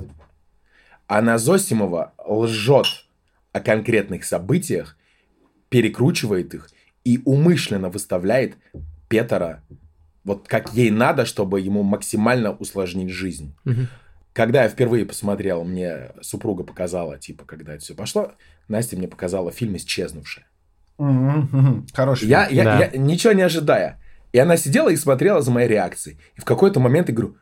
Аня Зосимова лжет о конкретных событиях, перекручивает их и умышленно выставляет Петра вот как ей надо, чтобы ему максимально усложнить жизнь. Угу. Когда я впервые посмотрел, мне супруга показала, типа, когда это все пошло, Настя мне показала фильм «Исчезнувшая». Угу. Хороший я, фильм. Я, да. я, ничего не ожидая. И она сидела и смотрела за моей реакцией. И в какой-то момент я говорю,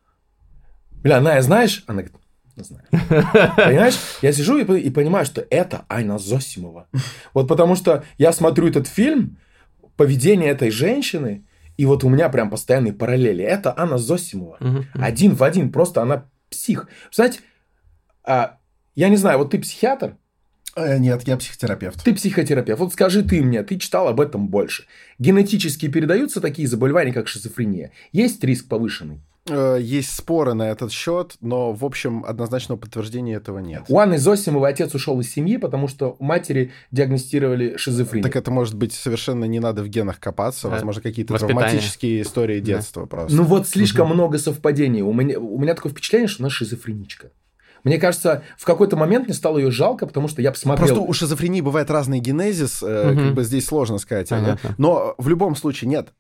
бля, Ная, знаешь? Она говорит, не знаю. Понимаешь? Я сижу и, и понимаю, что это Аня Зосимова. Вот потому что я смотрю этот фильм, поведение этой женщины, и вот у меня прям постоянные параллели. Это Аня Зосимова. Uh-huh. Один в один. Просто она псих. Знаете, а, я не знаю, вот ты психиатр? Нет, я психотерапевт. Ты психотерапевт. Вот скажи ты мне, ты читал об этом больше. Генетически передаются такие заболевания, как шизофрения? Есть риск повышенный? Есть споры на этот счет, но, в общем, однозначного подтверждения этого нет. У Анны Зосимовой отец ушел из семьи, потому что у матери диагностировали шизофрению. Так это, может быть, совершенно не надо в генах копаться. Возможно, какие-то Воспитание. травматические истории детства да. просто. Ну вот слишком угу. много совпадений. У меня, у меня такое впечатление, что она шизофреничка. Мне кажется, в какой-то момент мне стало ее жалко, потому что я посмотрел... Просто у шизофрении бывает разный генезис, угу. как бы здесь сложно сказать. Понятно. Но в любом случае нет,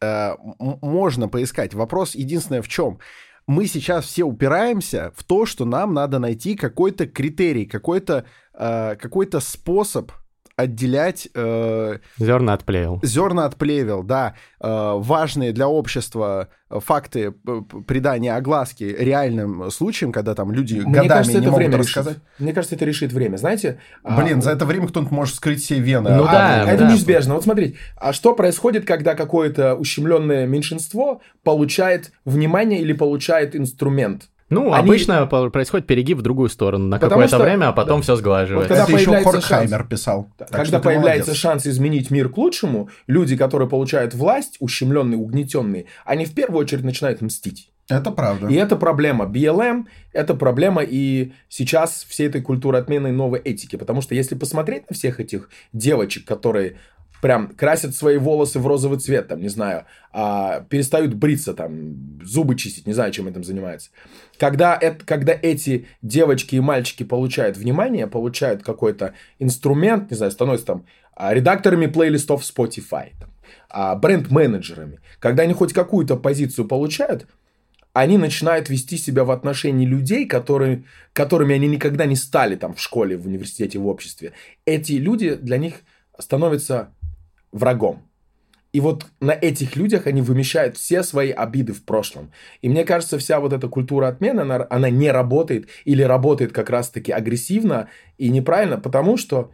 можно поискать. Вопрос единственное в чем? Мы сейчас все упираемся в то, что нам надо найти какой-то критерий, какой-то, какой-то способ отделять... Э, зерна от плевел. Зерна от плевел, да. Э, важные для общества факты придания огласки реальным случаям, когда там люди Мне годами кажется, не это могут время рассказать. Решит. Мне кажется, это решит время. Знаете... Блин, а... за это время кто-нибудь может вскрыть все вены. Ну а, да, Это да. неизбежно. Вот смотрите, а что происходит, когда какое-то ущемленное меньшинство получает внимание или получает инструмент? Ну, Они... обычно происходит перегиб в другую сторону на Потому какое-то что... время, а потом да. все сглаживается. Вот когда это еще Хорkhаймер шанс... писал. Так когда появляется молодец. шанс изменить мир к лучшему, люди, которые получают власть, ущемленные, угнетенные, они в первую очередь начинают мстить. Это правда. И это проблема. би эл эм – это проблема и сейчас всей этой культуры отмены новой этики. Потому что если посмотреть на всех этих девочек, которые... прям красят свои волосы в розовый цвет, там, не знаю, а, перестают бриться, там, зубы чистить, не знаю, чем этим занимается. Когда, это, когда эти девочки и мальчики получают внимание, получают какой-то инструмент, не знаю, становятся там редакторами плейлистов Spotify, там, а, бренд-менеджерами, когда они хоть какую-то позицию получают, они начинают вести себя в отношении людей, которые, которыми они никогда не стали там, в школе, в университете, в обществе. Эти люди для них становятся врагом. И вот на этих людях они вымещают все свои обиды в прошлом. И мне кажется, вся вот эта культура отмены, она, она не работает или работает как раз-таки агрессивно и неправильно, потому что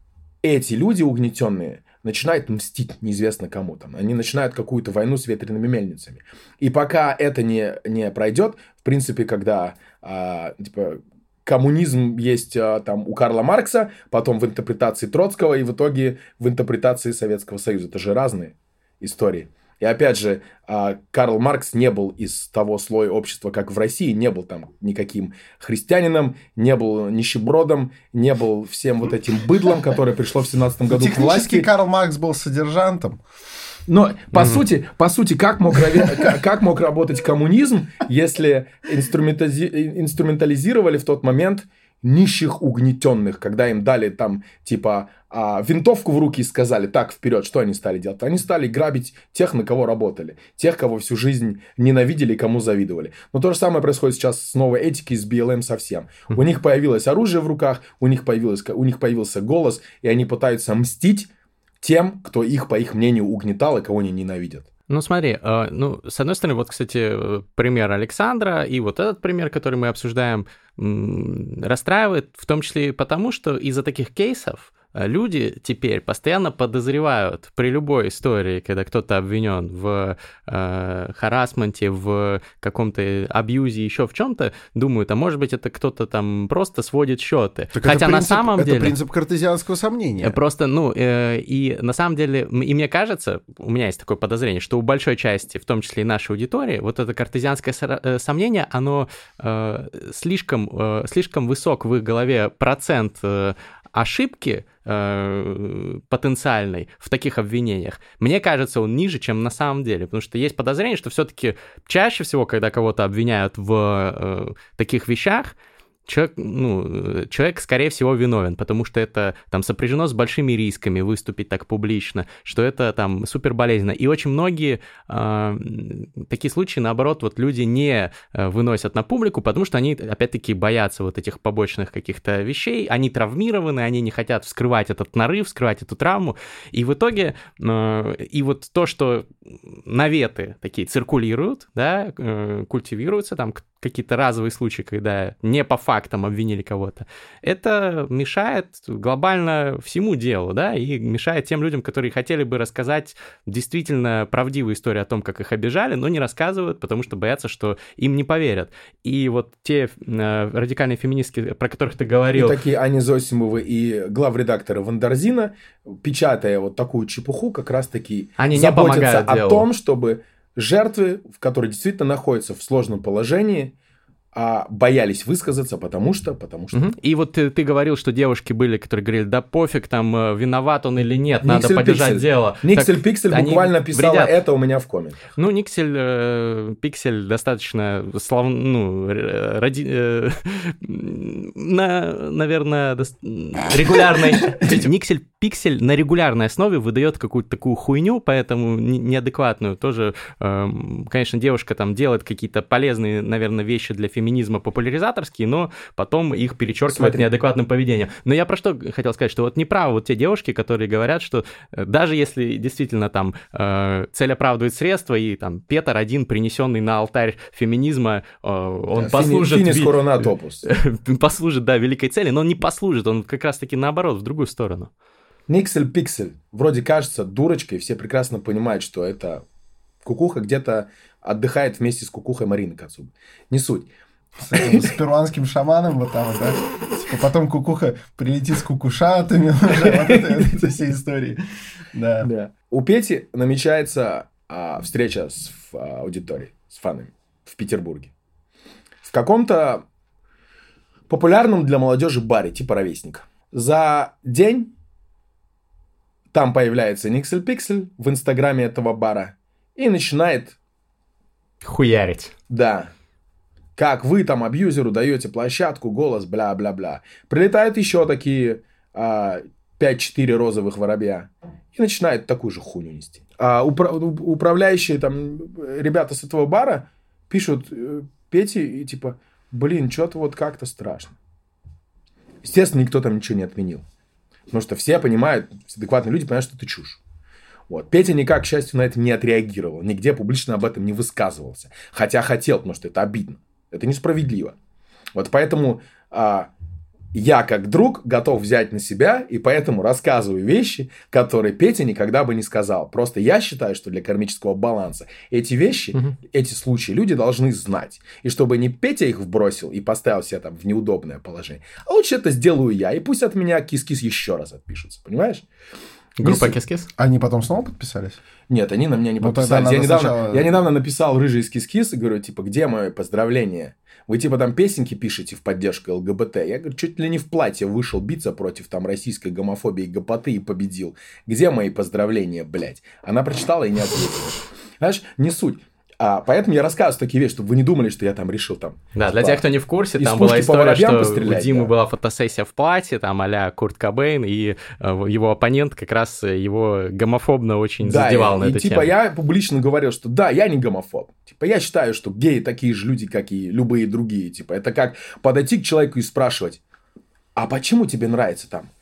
эти люди угнетенные начинают мстить неизвестно кому там. Они начинают какую-то войну с ветряными мельницами. И пока это не, не пройдет, в принципе, когда а, типа, коммунизм есть а, там у Карла Маркса, потом в интерпретации Троцкого и в итоге в интерпретации Советского Союза. Это же разные истории. И опять же, а, Карл Маркс не был из того слоя общества, как в России, не был там никаким христианином, не был нищебродом, не был всем вот этим быдлом, которое пришло в семнадцатом году к власти. Технически Карл Маркс был содержантом. Но, по, mm-hmm. сути, по сути, как мог, как мог работать коммунизм, если инструментализировали в тот момент нищих угнетенных, когда им дали там, типа, винтовку в руки и сказали, так, вперед, что они стали делать? Они стали грабить тех, на кого работали, тех, кого всю жизнь ненавидели и кому завидовали. Но то же самое происходит сейчас с новой этикой, с би эл эм совсем. Mm-hmm. У них появилось оружие в руках, у них, появилось, у них появился голос, и они пытаются мстить тем, кто их, по их мнению, угнетал и кого они ненавидят. Ну, смотри, э, ну, с одной стороны, вот, кстати, пример Александра и вот этот пример, который мы обсуждаем, м- расстраивает, в том числе и потому, что из-за таких кейсов люди теперь постоянно подозревают при любой истории, когда кто-то обвинен в э, харассменте, в каком-то абьюзе, еще в чем-то, думают, а может быть это кто-то там просто сводит счеты. Так Хотя это на принцип, самом это деле... Это принцип картезианского сомнения. Просто, ну, э, и на самом деле, и мне кажется, у меня есть такое подозрение, что у большой части, в том числе и нашей аудитории, вот это картезианское со- сомнение, оно э, слишком, э, слишком высок в их голове процент э, ошибки э, потенциальной в таких обвинениях, мне кажется, он ниже, чем на самом деле, потому что есть подозрение, что все-таки чаще всего, когда кого-то обвиняют в э, таких вещах, Человек, ну, человек, скорее всего, виновен, потому что это там сопряжено с большими рисками выступить так публично, что это там супер болезненно. И очень многие э, такие случаи, наоборот, вот люди не выносят на публику, потому что они, опять-таки, боятся вот этих побочных каких-то вещей, они травмированы, они не хотят вскрывать этот нарыв, вскрывать эту травму. И в итоге, э, и вот то, что наветы такие циркулируют, да, э, культивируются, там какие-то разовые случаи, когда не по фактам обвинили кого-то, это мешает глобально всему делу, да, и мешает тем людям, которые хотели бы рассказать действительно правдивую историю о том, как их обижали, но не рассказывают, потому что боятся, что им не поверят. И вот те э, радикальные феминистки, про которых ты говорил... И такие Аня Зосимовы и главредакторы Вандерзина, печатая вот такую чепуху, как раз-таки Они заботятся о делу. том, чтобы жертвы, которые действительно находятся в сложном положении, а боялись высказаться, потому что... Потому что... Угу. И вот ты, ты говорил, что девушки были, которые говорили, да пофиг, там, виноват он или нет, надо Никсель поддержать Пиксель. дело. Никсель Пиксель буквально писала вредят. это у меня в комментах. Ну, Никсель э, Пиксель достаточно, слав... ну, ради... э, на, наверное, до... регулярной... Никсель Пиксель на регулярной основе выдает какую-то такую хуйню, поэтому неадекватную. Тоже, э, конечно, девушка там делает какие-то полезные, наверное, вещи для феминизма популяризаторские, но потом их перечеркивают Смотри. неадекватным поведением. Но я про что хотел сказать, что вот неправы вот те девушки, которые говорят, что даже если действительно там э, цель оправдывает средства, и там Петр один, принесенный на алтарь феминизма, э, он Да, послужит... Финис ви... коронатопус. послужит, да, великой цели, но он не послужит, он как раз-таки наоборот, в другую сторону. Никсель Пиксель вроде кажется дурочкой, все прекрасно понимают, что это кукуха где-то отдыхает вместе с кукухой Марины Кацуб. Не суть. С, этим, с перуанским шаманом вот там, да? Типа потом кукуха прилетит с кукушатами, вот это, эти все истории. Да. Да. У Пети намечается а, встреча с а, аудиторией, с фанами в Петербурге. В каком-то популярном для молодежи баре, типа «Ровесник». За день там появляется Никсель Пиксель в инстаграме этого бара и начинает... Хуярить. Да. Как вы там абьюзеру даете площадку, голос, бля-бля-бля. Прилетают еще такие а, пять-четыре розовых воробья и начинают такую же хуйню нести. А упра- управляющие там ребята с этого бара пишут Пете и типа, блин, что-то вот как-то страшно. Естественно, никто там ничего не отменил. Потому что все понимают, адекватные люди понимают, что это чушь. Вот. Петя никак, к счастью, на это не отреагировал. Нигде публично об этом не высказывался. Хотя хотел, потому что это обидно. Это несправедливо. Вот поэтому а, я, как друг, готов взять на себя, и поэтому рассказываю вещи, которые Петя никогда бы не сказал. Просто я считаю, что для кармического баланса эти вещи, угу. эти случаи люди должны знать. И чтобы не Петя их вбросил и поставил себя там в неудобное положение, а лучше это сделаю я, и пусть от меня кис-кис еще раз отпишутся. Понимаешь? Группа Кис-Кис? Они потом снова подписались? Нет, они на меня не подписались. Ну, я, недавно, сначала... я недавно написал рыжий из Кис-Кис и говорю, типа, где мое поздравление? Вы, типа, там песенки пишете в поддержку ЛГБТ. Я говорю, чуть ли не в платье вышел биться против там российской гомофобии и гопоты и победил. Где мои поздравления, блядь? Она прочитала и не ответила. Знаешь, не суть. А, поэтому я рассказываю такие вещи, чтобы вы не думали, что я там решил там... Да, для по... тех, кто не в курсе, там была история, что у Димы да. была фотосессия в платье, там а-ля Курт Кобейн, и э, его оппонент как раз его гомофобно очень да, задевал и, на и, эту типа, тему. я публично говорил, что да, я не гомофоб. Типа, я считаю, что геи такие же люди, как и любые другие. Типа, это как подойти к человеку и спрашивать, а почему тебе нравится там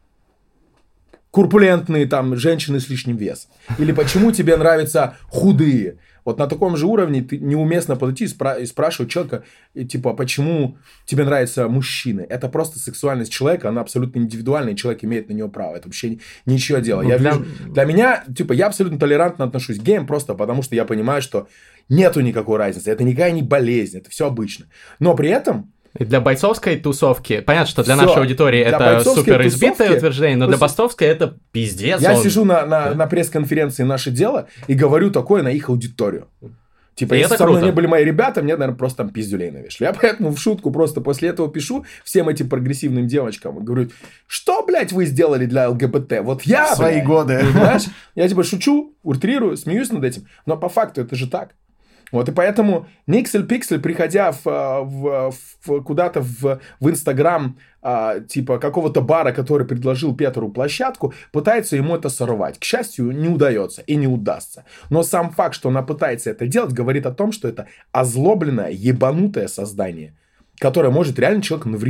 корпулентные там женщины с лишним весом? Или почему тебе нравятся худые? Вот на таком же уровне ты неуместно подойти и, спра- и спрашивать человека, и, типа, почему тебе нравятся мужчины? Это просто сексуальность человека, она абсолютно индивидуальная, и человек имеет на нее право. Это вообще ничего дело. Ну, я для... Вижу, для меня, типа, я абсолютно толерантно отношусь к геям, просто потому что я понимаю, что нету никакой разницы. Это никакая не болезнь, это все обычно. Но при этом... И для бойцовской тусовки, понятно, что для Всё. нашей аудитории Для это супер избитое тусовки, утверждение, но для бойцовской это пиздец. Я он... сижу на, на, на пресс-конференции «Наше дело» и говорю такое на их аудиторию. Типа, и если со круто. мной не были мои ребята, мне, наверное, просто там пиздюлей навешали. Я поэтому в шутку просто после этого пишу всем этим прогрессивным девочкам и говорю, что, блядь, вы сделали для ЛГБТ? Вот я, в свои блядь, годы. Понимаешь? Я типа шучу, утрирую, смеюсь над этим, но по факту это же так. Вот, и поэтому Никсель Пиксель, приходя в, в, в, куда-то в, в Инстаграм а, типа какого-то бара, который предложил Петру площадку, пытается ему это сорвать. К счастью, не удается и не удастся. Но сам факт, что она пытается это делать, говорит о том, что это озлобленное, ебанутое создание, которое может реально человеку навредить.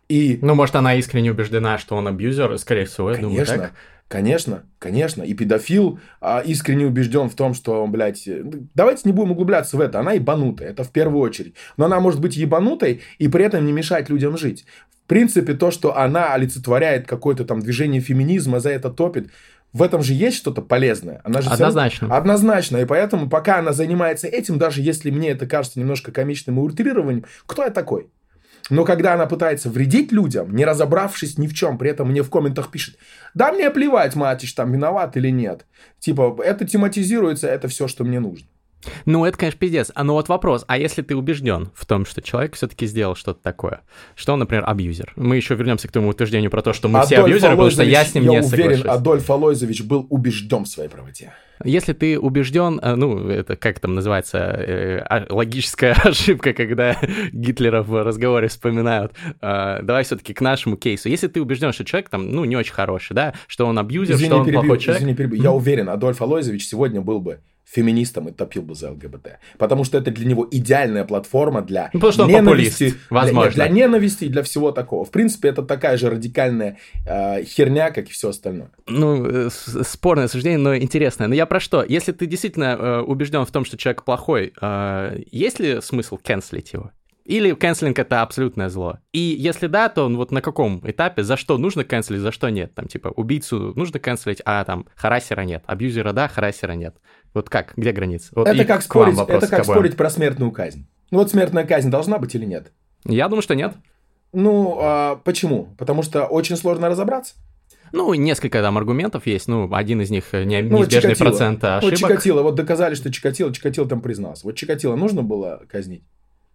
И... Ну, может, она искренне убеждена, что он абьюзер, скорее всего, я конечно, думаю, так. Конечно, конечно. И педофил а, искренне убежден в том, что, блядь, давайте не будем углубляться в это. Она ебанутая, это в первую очередь. Но она может быть ебанутой и при этом не мешать людям жить. В принципе, то, что она олицетворяет какое-то там движение феминизма, за это топит, в этом же есть что-то полезное. Она же однозначно. Все... Однозначно. И поэтому, пока она занимается этим, даже если мне это кажется немножко комичным и утрированием, кто я такой? Но когда она пытается вредить людям, не разобравшись ни в чем, при этом мне в комментах пишет: да мне плевать, Матич, там виноват или нет. Типа, это тематизируется, это все, что мне нужно. Ну, это, конечно, пиздец. А ну вот вопрос, а если ты убежден в том, что человек все-таки сделал что-то такое, что он, например, абьюзер? Мы еще вернемся к тому утверждению про то, что мы Адольф все абьюзеры, потому что я с ним я не уверен, соглашусь. Адольф Алойзович был убежден в своей правоте. Если ты убежден, ну, это как там называется, э, логическая ошибка, когда Гитлера в разговоре вспоминают, э, давай все-таки к нашему кейсу. Если ты убежден, что человек там, ну, не очень хороший, да, что он абьюзер, извини, что он перебью, плохой человек. Извини, перебью. Mm-hmm. Я уверен, Адольф Алойзович сегодня был бы феминистом и топил бы за ЛГБТ. Потому что это для него идеальная платформа для ну, потому что он ненависти. популист, возможно. Для, для ненависти и для всего такого. В принципе, это такая же радикальная э, херня, как и все остальное. Ну, э, спорное суждение, но интересное. Но я про что? Если ты действительно э, убежден в том, что человек плохой, э, есть ли смысл канцелить его? Или канцелинг — это абсолютное зло? И если да, то вот на каком этапе, за что нужно канцелить, за что нет? Там, типа, убийцу нужно канцелить, а там харассера нет. Абьюзера да, харассера нет. Вот как? Где граница? Вот это как, спорить, это как спорить про смертную казнь. Ну вот смертная казнь должна быть или нет? Я думаю, что нет. Ну, а почему? Потому что очень сложно разобраться. Ну, несколько там аргументов есть. Ну, один из них не, ну, неизбежный вот процент ошибок. Вот Чикатило, вот доказали, что Чикатило, Чикатило там признался. Вот Чикатило нужно было казнить?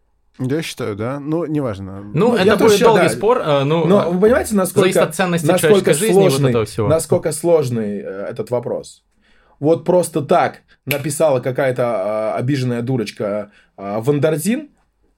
Я считаю, да. Ну, неважно. Ну, ну это будет долгий да. спор. Э, ну, Но вы понимаете, насколько, от ценности насколько, жизни, сложный, вот этого всего. насколько сложный э, этот вопрос. Вот просто так написала какая-то э, обиженная дурочка э, Вандерзин,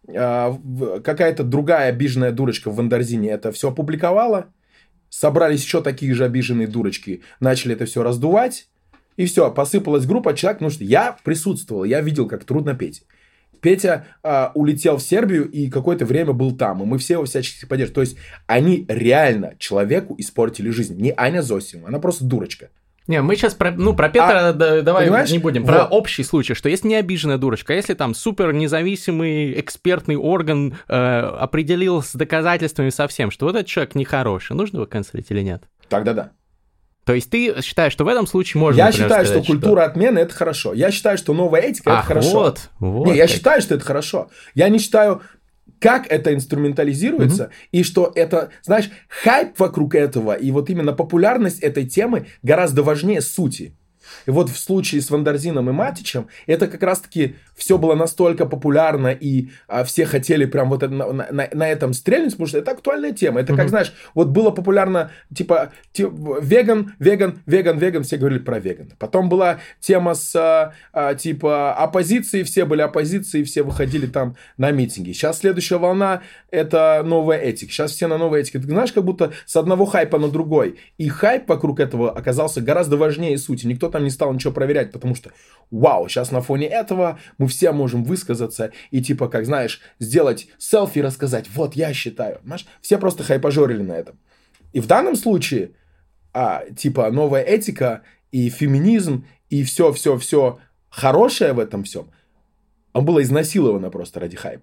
э, какая-то другая обиженная дурочка в Вандерзине это все опубликовала, собрались еще такие же обиженные дурочки, начали это все раздувать, и все, посыпалась группа человек, потому что я присутствовал, я видел, как трудно петь. Петя а, улетел в Сербию и какое-то время был там, и мы все его всячески поддерживали. То есть они реально человеку испортили жизнь. Не Аня Зосимова, она просто дурочка. Не, мы сейчас про, ну, про Петра а, да, давай понимаешь? Не будем. Про вот. Общий случай, что если не обиженная дурочка, если там супер независимый экспертный орган э, определил с доказательствами совсем, что вот этот человек нехороший, нужно его канцелить или нет? Тогда да. То есть ты считаешь, что в этом случае можно, Я например, считаю, сказать, что культура что... отмены – это хорошо. Я считаю, что новая этика – это Ах, хорошо. Вот, вот не, я как. считаю, что это хорошо. Я не считаю, как это инструментализируется, mm-hmm. и что это, знаешь, хайп вокруг этого, и вот именно популярность этой темы гораздо важнее сути. И вот в случае с Вандерзином и Матичем это как раз-таки все было настолько популярно, и а, все хотели прям вот это, на, на, на этом стрельнуть, потому что это актуальная тема. Это mm-hmm. как, знаешь, вот было популярно, типа, типа, веган, веган, веган, веган, все говорили про вегана. Потом была тема с, а, а, типа, оппозицией, все были оппозицией, все выходили там на митинги. Сейчас следующая волна – это новая этика. Сейчас все на новой этике. Ты знаешь, как будто с одного хайпа на другой. И хайп вокруг этого оказался гораздо важнее сути. Никто там не стал ничего проверять, потому что, вау, сейчас на фоне этого мы все можем высказаться и, типа, как знаешь, сделать селфи и рассказать, вот я считаю. Понимаешь? Все просто хайпажорили на этом. И в данном случае, а, типа, новая этика и феминизм и все-все-все хорошее в этом всем, он было изнасиловано просто ради хайпа.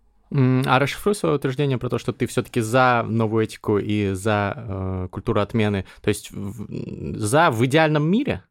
А расшифруй свое утверждение про то, что ты все-таки за новую этику и за э, культуру отмены, то есть в, за в идеальном мире?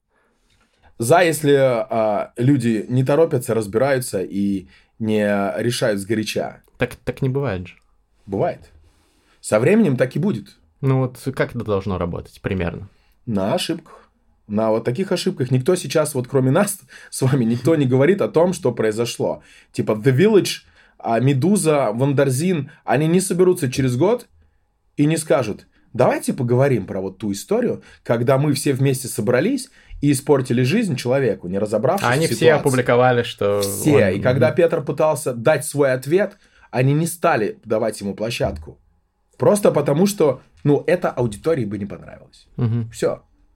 За, если а, люди не торопятся, разбираются и не решают сгоряча. Так, так не бывает же. Бывает. Со временем так и будет. Ну вот как это должно работать примерно? На ошибках. На вот таких ошибках. Никто сейчас, вот кроме нас с вами, никто не говорит о том, что произошло. Типа The Village, Медуза, Вандерзин, они не соберутся через год и не скажут, давайте поговорим про вот ту историю, когда мы все вместе собрались и испортили жизнь человеку, не разобравшись они в ситуации. Они все опубликовали, что... Все. Он... И когда Петр пытался дать свой ответ, они не стали давать ему площадку. Просто потому, что, ну, это аудитории бы не понравилось. Угу. Все.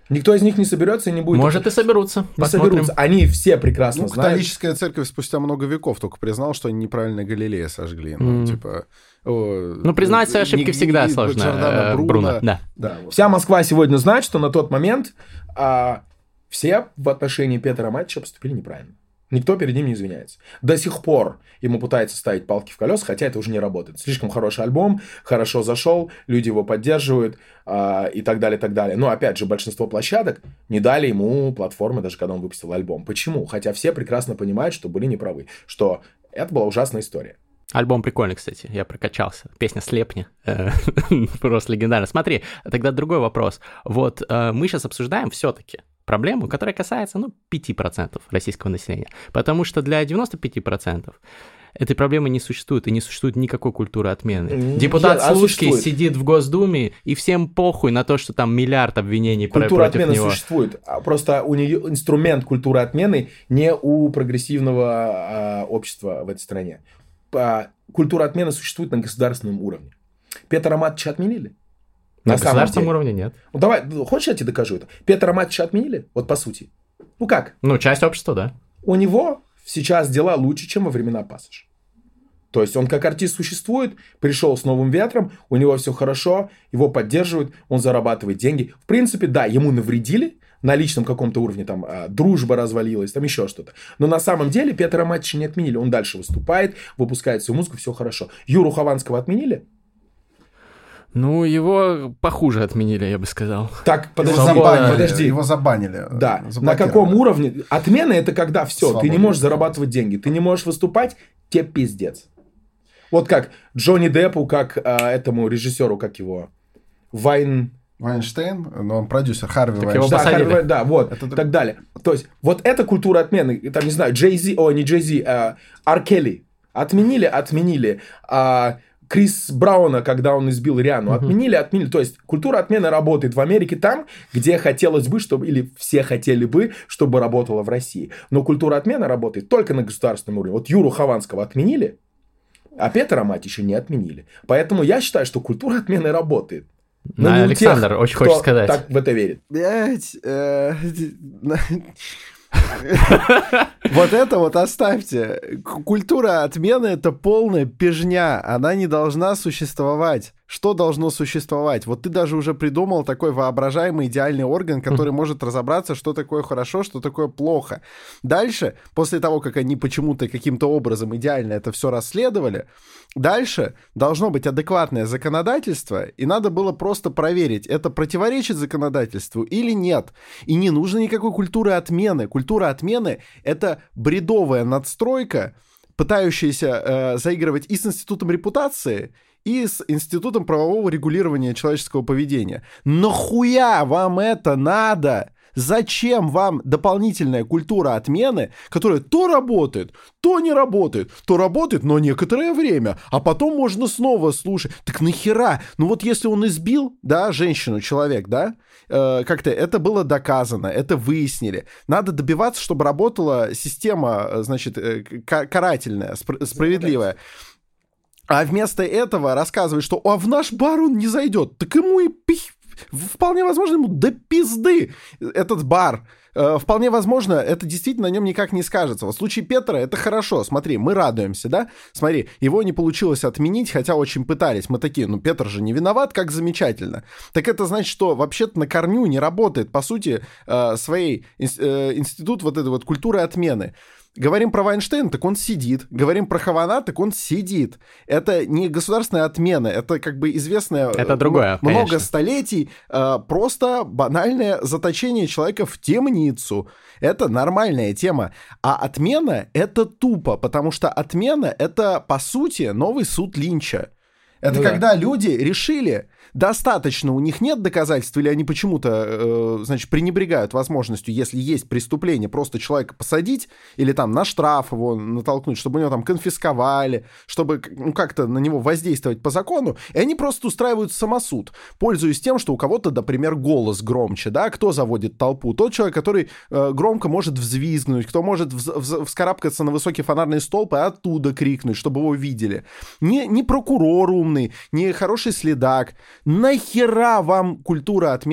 Никто из них не соберется и не будет... Может, и соберутся. Не соберутся. Они все прекрасно ну, знают. Католическая церковь спустя много веков только признала, что они неправильно Галилея сожгли. Ну, mm. типа... О, ну, признать свои ошибки не, всегда не, сложно. Джордана Бруно. Бруно. Да. Да, вот. Вся Москва сегодня знает, что на тот момент а, все в отношении Петра Матича поступили неправильно. Никто перед ним не извиняется. До сих пор ему пытаются ставить палки в колеса, хотя это уже не работает. Слишком хороший альбом, хорошо зашел, люди его поддерживают а, и так далее, так далее. Но, опять же, большинство площадок не дали ему платформы, даже когда он выпустил альбом. Почему? Хотя все прекрасно понимают, что были неправы, что это была ужасная история. Альбом прикольный, кстати, я прокачался. Песня «Слепни». Просто легендарно. Смотри, тогда другой вопрос. Вот мы сейчас обсуждаем все-таки проблему, которая касается, ну, пяти процентов российского населения. Потому что для девяноста пяти процентов этой проблемы не существует, и не существует никакой культуры отмены. Депутат а Слуцкий сидит в Госдуме, и всем похуй на то, что там миллиард обвинений культура против отмены него. Существует. Просто у нее инструмент культуры отмены не у прогрессивного а, общества в этой стране. Культура отмены существует на государственном уровне. Петра Матича отменили? На, на государственном уровне нет. Ну, давай, хочешь, я тебе докажу это? Петра Матича отменили? Вот по сути. Ну как? Ну, часть общества, да. У него сейчас дела лучше, чем во времена Пассаж. То есть он как артист существует, пришел с новым ветром, у него все хорошо, его поддерживают, он зарабатывает деньги. В принципе, да, ему навредили, на личном каком-то уровне, там, дружба развалилась, там еще что-то. Но на самом деле Петра Матича не отменили. Он дальше выступает, выпускает свою музыку, все хорошо. Юру Хованского отменили? Ну, его похуже отменили, я бы сказал. Так, подожди, его забанили. подожди. Его забанили. Да, на каком уровне? Отмена — это когда все, свободно. Ты не можешь зарабатывать деньги, ты не можешь выступать, тебе пиздец. Вот как Джонни Деппу, как а, этому режиссеру, как его, Вайн... Вайнштейн, но он продюсер, Харви так Вайнштейн. Да, Харви, да, вот, это... так далее. То есть, вот эта культура отмены, там, не знаю, Джей Зи, о, не Джей Зи, а Ар Келли. Отменили, отменили. А, Крис Брауна, когда он избил Риану, отменили, отменили. То есть, культура отмены работает в Америке там, где хотелось бы, чтобы, или все хотели бы, чтобы работала в России. Но культура отмены работает только на государственном уровне. Вот Юру Хованского отменили, а Петра Матича не отменили. Поэтому я считаю, что культура отмены работает. Но да, Александр тех, очень хочет сказать. Так в это верит. Блять. Вот это вот оставьте. Культура отмены — это полная пижня. Она не должна существовать. Что должно существовать? Вот ты даже уже придумал такой воображаемый идеальный орган, который может разобраться, что такое хорошо, что такое плохо. Дальше, после того, как они почему-то каким-то образом идеально это все расследовали, дальше должно быть адекватное законодательство, и надо было просто проверить, это противоречит законодательству или нет. И не нужно никакой культуры отмены. Культура отмены — это бредовая надстройка, пытающаяся э, заигрывать и с институтом репутации, и с институтом правового регулирования человеческого поведения. Нахуя вам это надо? Зачем вам дополнительная культура отмены, которая то работает, то не работает, то работает, но некоторое время, а потом можно снова слушать. Так нахера? Ну вот если он избил, да, женщину, человек, да, э, как-то это было доказано, это выяснили. Надо добиваться, чтобы работала система, значит, э, карательная, спр- справедливая. А вместо этого рассказывает, что а в наш бар он не зайдет. Так ему и пих... Вполне возможно, ему до пизды этот бар. Э, вполне возможно, это действительно на нем никак не скажется. В случае Петра это хорошо. Смотри, мы радуемся, да? Смотри, его не получилось отменить, хотя очень пытались. Мы такие, ну Петр же не виноват, как замечательно. Так это значит, что вообще-то на корню не работает, по сути, э, своей э, институт вот этой вот культуры отмены. Говорим про Вайнштейна, так он сидит. Говорим про Хавана, так он сидит. Это не государственная отмена, это как бы известное... Это другое, много конечно. столетий э, просто банальное заточение человека в темницу. Это нормальная тема. А отмена — это тупо, потому что отмена — это, по сути, новый суд Линча. Это ну когда да. люди решили... Достаточно, у них нет доказательств, или они почему-то, э, значит, пренебрегают возможностью, если есть преступление, просто человека посадить или там на штраф его натолкнуть, чтобы у него там конфисковали, чтобы ну, как-то на него воздействовать по закону, и они просто устраивают самосуд, пользуясь тем, что у кого-то, например, голос громче, да, кто заводит толпу? Тот человек, который э, громко может взвизгнуть, кто может вз- вз- вскарабкаться на высокий фонарный столб и оттуда крикнуть, чтобы его видели. Не, не прокурор умный, не хороший следак. Нахера вам культура отмены?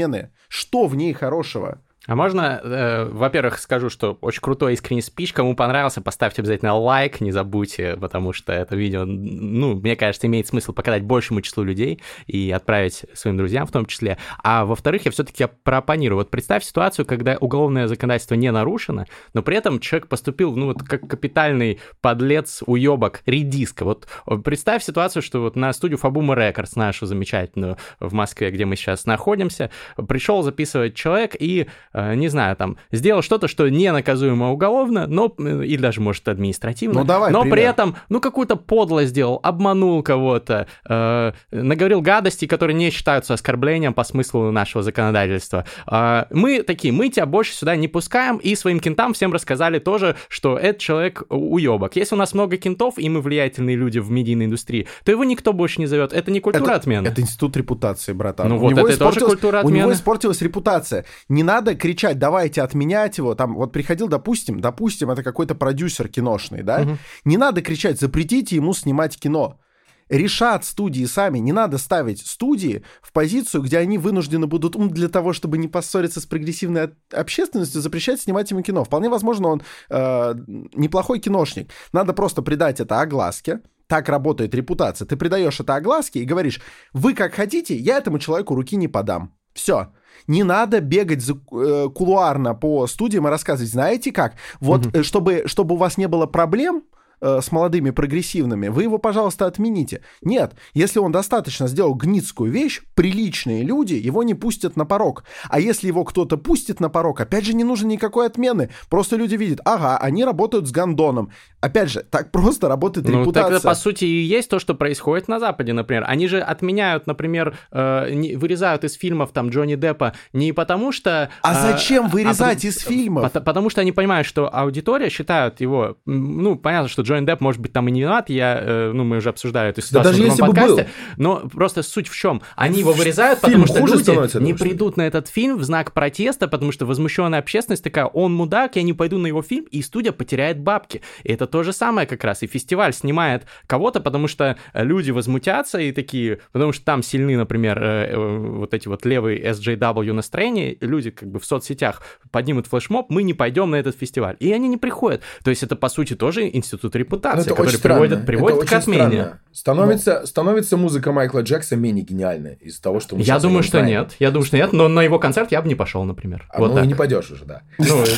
Что в ней хорошего? А можно, э, во-первых, скажу, что очень крутой искренний спич. Кому понравился, поставьте обязательно лайк, не забудьте, потому что это видео, ну, мне кажется, имеет смысл показать большему числу людей и отправить своим друзьям в том числе. А во-вторых, я все-таки пропонирую. Вот представь ситуацию, когда уголовное законодательство не нарушено, но при этом человек поступил, ну, вот как капитальный подлец, уебок, редиска. Вот представь ситуацию, что вот на студию Фабума Рекордс, нашу замечательную в Москве, где мы сейчас находимся, пришел записывать человек и... не знаю, там, сделал что-то, что не наказуемо уголовно, но, или даже, может, административно, ну, давай, но пример. При этом, ну, какую-то подлость сделал, обманул кого-то, э, наговорил гадостей, которые не считаются оскорблением по смыслу нашего законодательства. Э, мы такие, мы тебя больше сюда не пускаем, и своим кентам всем рассказали тоже, что этот человек уебок. Если у нас много кентов, и мы влиятельные люди в медийной индустрии, то его никто больше не зовет. Это не культура это, отмены. Это институт репутации, братан. Ну у вот, него это тоже культура отмены. У него испортилась репутация. Не надо кричать, давайте отменять его. Там вот приходил, допустим, допустим, это какой-то продюсер киношный, да? Угу. Не надо кричать, запретите ему снимать кино. Решат студии сами. Не надо ставить студии в позицию, где они вынуждены будут, для того, чтобы не поссориться с прогрессивной общественностью, запрещать снимать ему кино. Вполне возможно, он э, неплохой киношник. Надо просто придать это огласке. Так работает репутация. Ты придаешь это огласке и говоришь, вы как хотите, я этому человеку руки не подам. Все. Не надо бегать за, э, кулуарно по студиям и рассказывать, знаете как? Вот, mm-hmm. чтобы, чтобы у вас не было проблем э, с молодыми прогрессивными, вы его, пожалуйста, отмените. Нет, если он достаточно сделал гнидскую вещь, приличные люди его не пустят на порог. А если его кто-то пустит на порог, опять же, не нужно никакой отмены. Просто люди видят, ага, они работают с гондоном. Опять же, так просто работает ну, репутация. Ну, так, по сути, и есть то, что происходит на Западе, например. Они же отменяют, например, э, не, вырезают из фильмов там Джонни Деппа не потому что... А э, зачем вырезать а, из фильмов? По, потому что они понимают, что аудитория считают его... Ну, понятно, что Джонни Депп, может быть, там и не виноват, я, э, ну, мы уже обсуждали эту ситуацию да, даже в другом если подкасте, бы но просто суть в чем? Они его вырезают, фильм потому что люди не того, придут на этот фильм в знак протеста, потому что возмущенная общественность такая, он мудак, я не пойду на его фильм, и студия потеряет бабки. И это то же самое как раз. И фестиваль снимает кого-то, потому что люди возмутятся и такие, потому что там сильны, например, э, э, вот эти вот левые эс джей дабл ю настроения, и люди как бы в соцсетях поднимут флешмоб, мы не пойдем на этот фестиваль. И они не приходят. То есть это, по сути, тоже институт репутации, который приводит, приводит к отмене. Становится, но... становится музыка Майкла Джексона менее гениальной из-за того, что мы Я думаю, что знаем. нет. Я думаю, что нет, но на его концерт я бы не пошел, например. А вот ну так. и не пойдешь уже, да.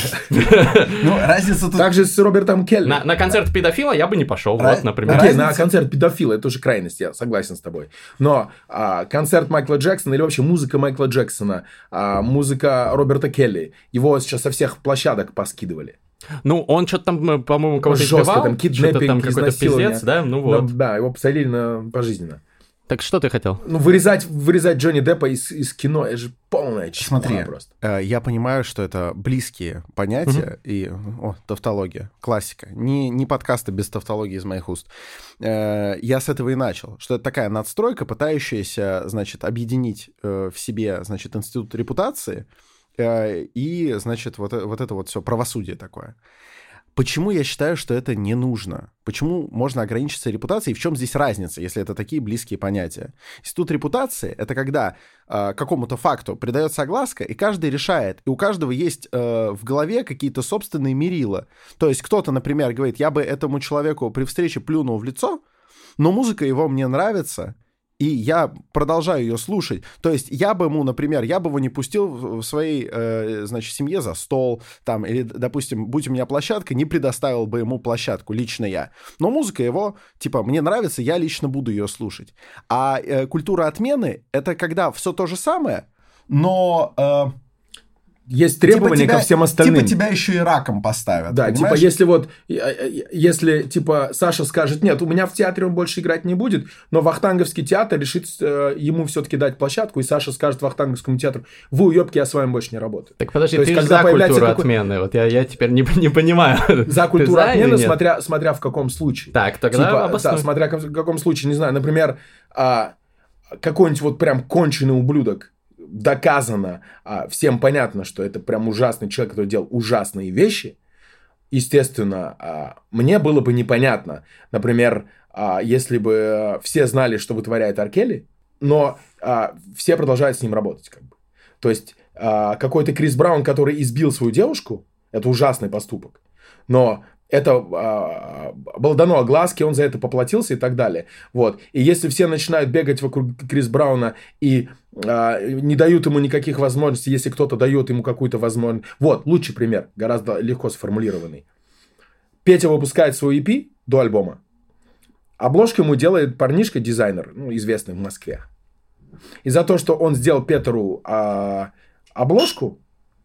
Ну, разница тут... Так же с Робертом Келли. На концерт педофила я бы не пошел, вот, например. Окей, на концерт педофила, это уже крайность, я согласен с тобой. Но а, концерт Майкла Джексона или вообще музыка Майкла Джексона, а, музыка Роберта Келли, его сейчас со всех площадок поскидывали. Ну, он что-то там, по-моему, кого-то жестко, избивал, там что-то там какой-то пиздец, да? Ну вот. Ну, да, его посадили на пожизненно. Так что ты хотел? Ну, вырезать, вырезать Джонни Деппа из, из кино, это же полная чепуха. Смотри, просто. Э, я понимаю, что это близкие понятия, угу. и, о, тавтология, классика. Не, не подкасты без тавтологии из моих уст. Э, я с этого и начал, что это такая надстройка, пытающаяся, значит, объединить э, в себе, значит, институт репутации э, и, значит, вот, вот это вот все правосудие такое. Почему я считаю, что это не нужно? Почему можно ограничиться репутацией? В чем здесь разница, если это такие близкие понятия? Институт репутации — это когда э, какому-то факту придается огласка, и каждый решает, и у каждого есть э, в голове какие-то собственные мерила. То есть кто-то, например, говорит, я бы этому человеку при встрече плюнул в лицо, но музыка его мне нравится, и я продолжаю ее слушать. То есть я бы ему, например, я бы его не пустил в своей, э, значит, семье за стол, там, или, допустим, будь у меня площадка, не предоставил бы ему площадку, лично я. Но музыка его, типа, мне нравится, я лично буду ее слушать. А э, культура отмены — это когда все то же самое, но... Э, Есть требования типа тебя, ко всем остальным. Типа тебя еще и раком поставят. Да, понимаешь? типа если вот, если типа Саша скажет, нет, у меня в театре он больше играть не будет, но Вахтанговский театр решит э, ему все-таки дать площадку, и Саша скажет Вахтанговскому театру, вы уебки, я с вами больше не работаю. Так подожди, То ты есть, же за культуру какой... отмены, вот я, я теперь не, не понимаю. За культуру отмены, смотря, смотря в каком случае. Так, тогда типа, обоснуй. Да, смотря в каком случае, не знаю, например, а, какой-нибудь вот прям конченый ублюдок, доказано, а, всем понятно, что это прям ужасный человек, который делал ужасные вещи, естественно, а, мне было бы непонятно, например, а, если бы все знали, что вытворяет Ар Келли, но а, все продолжают с ним работать, как бы. То есть а, какой-то Крис Браун, который избил свою девушку, это ужасный поступок, но это а, было дано огласке, он за это поплатился и так далее. Вот. И если все начинают бегать вокруг Крис Брауна и а, не дают ему никаких возможностей, если кто-то дает ему какую-то возможность... Вот, лучший пример, гораздо легко сформулированный. Петя выпускает свой и пи до альбома. Обложку ему делает парнишка-дизайнер, ну, известный в Москве. И за то, что он сделал Петру а, обложку,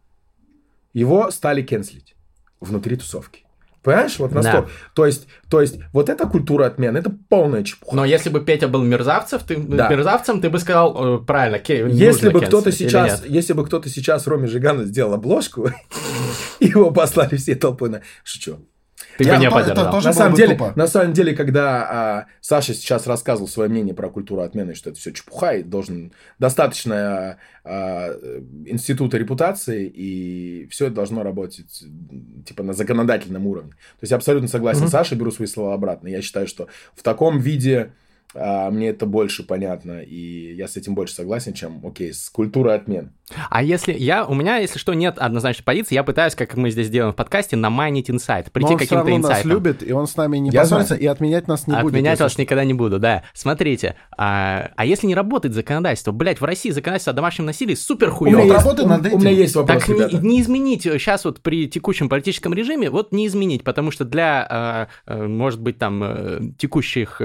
его стали кэнслить внутри тусовки. Понимаешь? Вот настолько. Да. То есть, то есть, вот эта культура отмены, это полная чепуха. Но если бы Петя был мерзавцев, ты, да. мерзавцем, ты бы сказал, правильно, окей, если бы кто-то сейчас, если бы кто-то сейчас Роме Жигану сделал обложку, его послали всей толпой на... Шучу. Ты бы не поддержал. На самом деле, на самом деле, когда а, Саша сейчас рассказывал свое мнение про культуру отмены, что это все чепуха, и должен достаточно а, института репутации, и все это должно работать типа на законодательном уровне. То есть я абсолютно согласен mm-hmm. с Сашей, беру свои слова обратно. Я считаю, что в таком виде а, мне это больше понятно, и я с этим больше согласен, чем, окей, с культурой отмены. А если я, у меня, если что, нет однозначной позиции, я пытаюсь, как мы здесь делаем в подкасте, намайнить инсайт, прийти к каким-то инсайтам. Он нас любит, и он с нами не поссорится, и отменять нас не отменять будет. Отменять вас никогда не буду, да. Смотрите, а, а если не работает законодательство? Блять, в России законодательство о домашнем насилии супер хуёво. У меня есть, у, у меня есть вопрос, так не, не изменить сейчас вот при текущем политическом режиме, вот не изменить, потому что для, может быть, там, текущих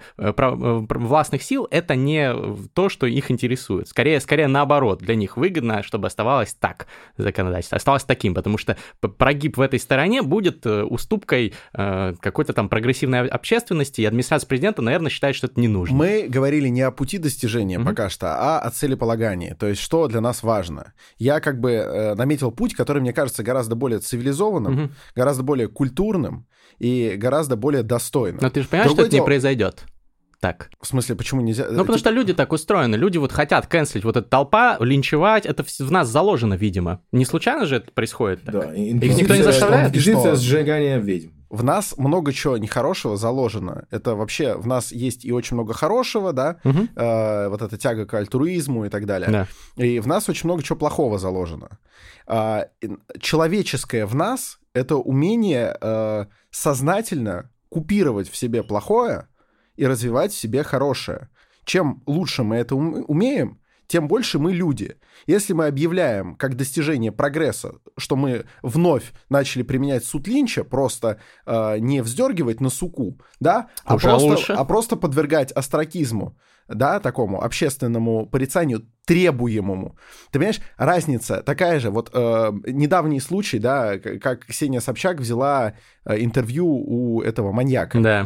властных сил это не то, что их интересует. Скорее, скорее наоборот, для них выгодно, чтобы оставалось так законодательство, осталось таким, потому что прогиб в этой стороне будет уступкой э, какой-то там прогрессивной общественности, и администрация президента, наверное, считает, что это не нужно. Мы говорили не о пути достижения mm-hmm. пока что, а о целеполагании, то есть что для нас важно. Я как бы э, наметил путь, который, мне кажется, гораздо более цивилизованным, mm-hmm. гораздо более культурным и гораздо более достойным. Но ты же понимаешь, Другое что это дело... не произойдет. Так. В смысле, почему нельзя? Ну, потому что люди так устроены. Люди вот хотят канцелить вот эту толпа, линчевать. Это в нас заложено, видимо. Не случайно же это происходит? Так? Да. Их никто не заставляет? Инквизиция сжигания ведьм. В нас много чего нехорошего заложено. Это вообще в нас есть и очень много хорошего, да, угу. э, вот эта тяга к альтруизму и так далее. Да. И в нас очень много чего плохого заложено. Э, человеческое в нас — это умение э, сознательно купировать в себе плохое и развивать в себе хорошее. Чем лучше мы это умеем, тем больше мы люди. Если мы объявляем как достижение прогресса, что мы вновь начали применять суд Линча, просто э, не вздергивать на суку, да, а просто, а просто подвергать остракизму, да, такому общественному порицанию требуемому. Ты понимаешь, разница такая же. Вот э, недавний случай, да, как Ксения Собчак взяла э, интервью у этого маньяка. Да.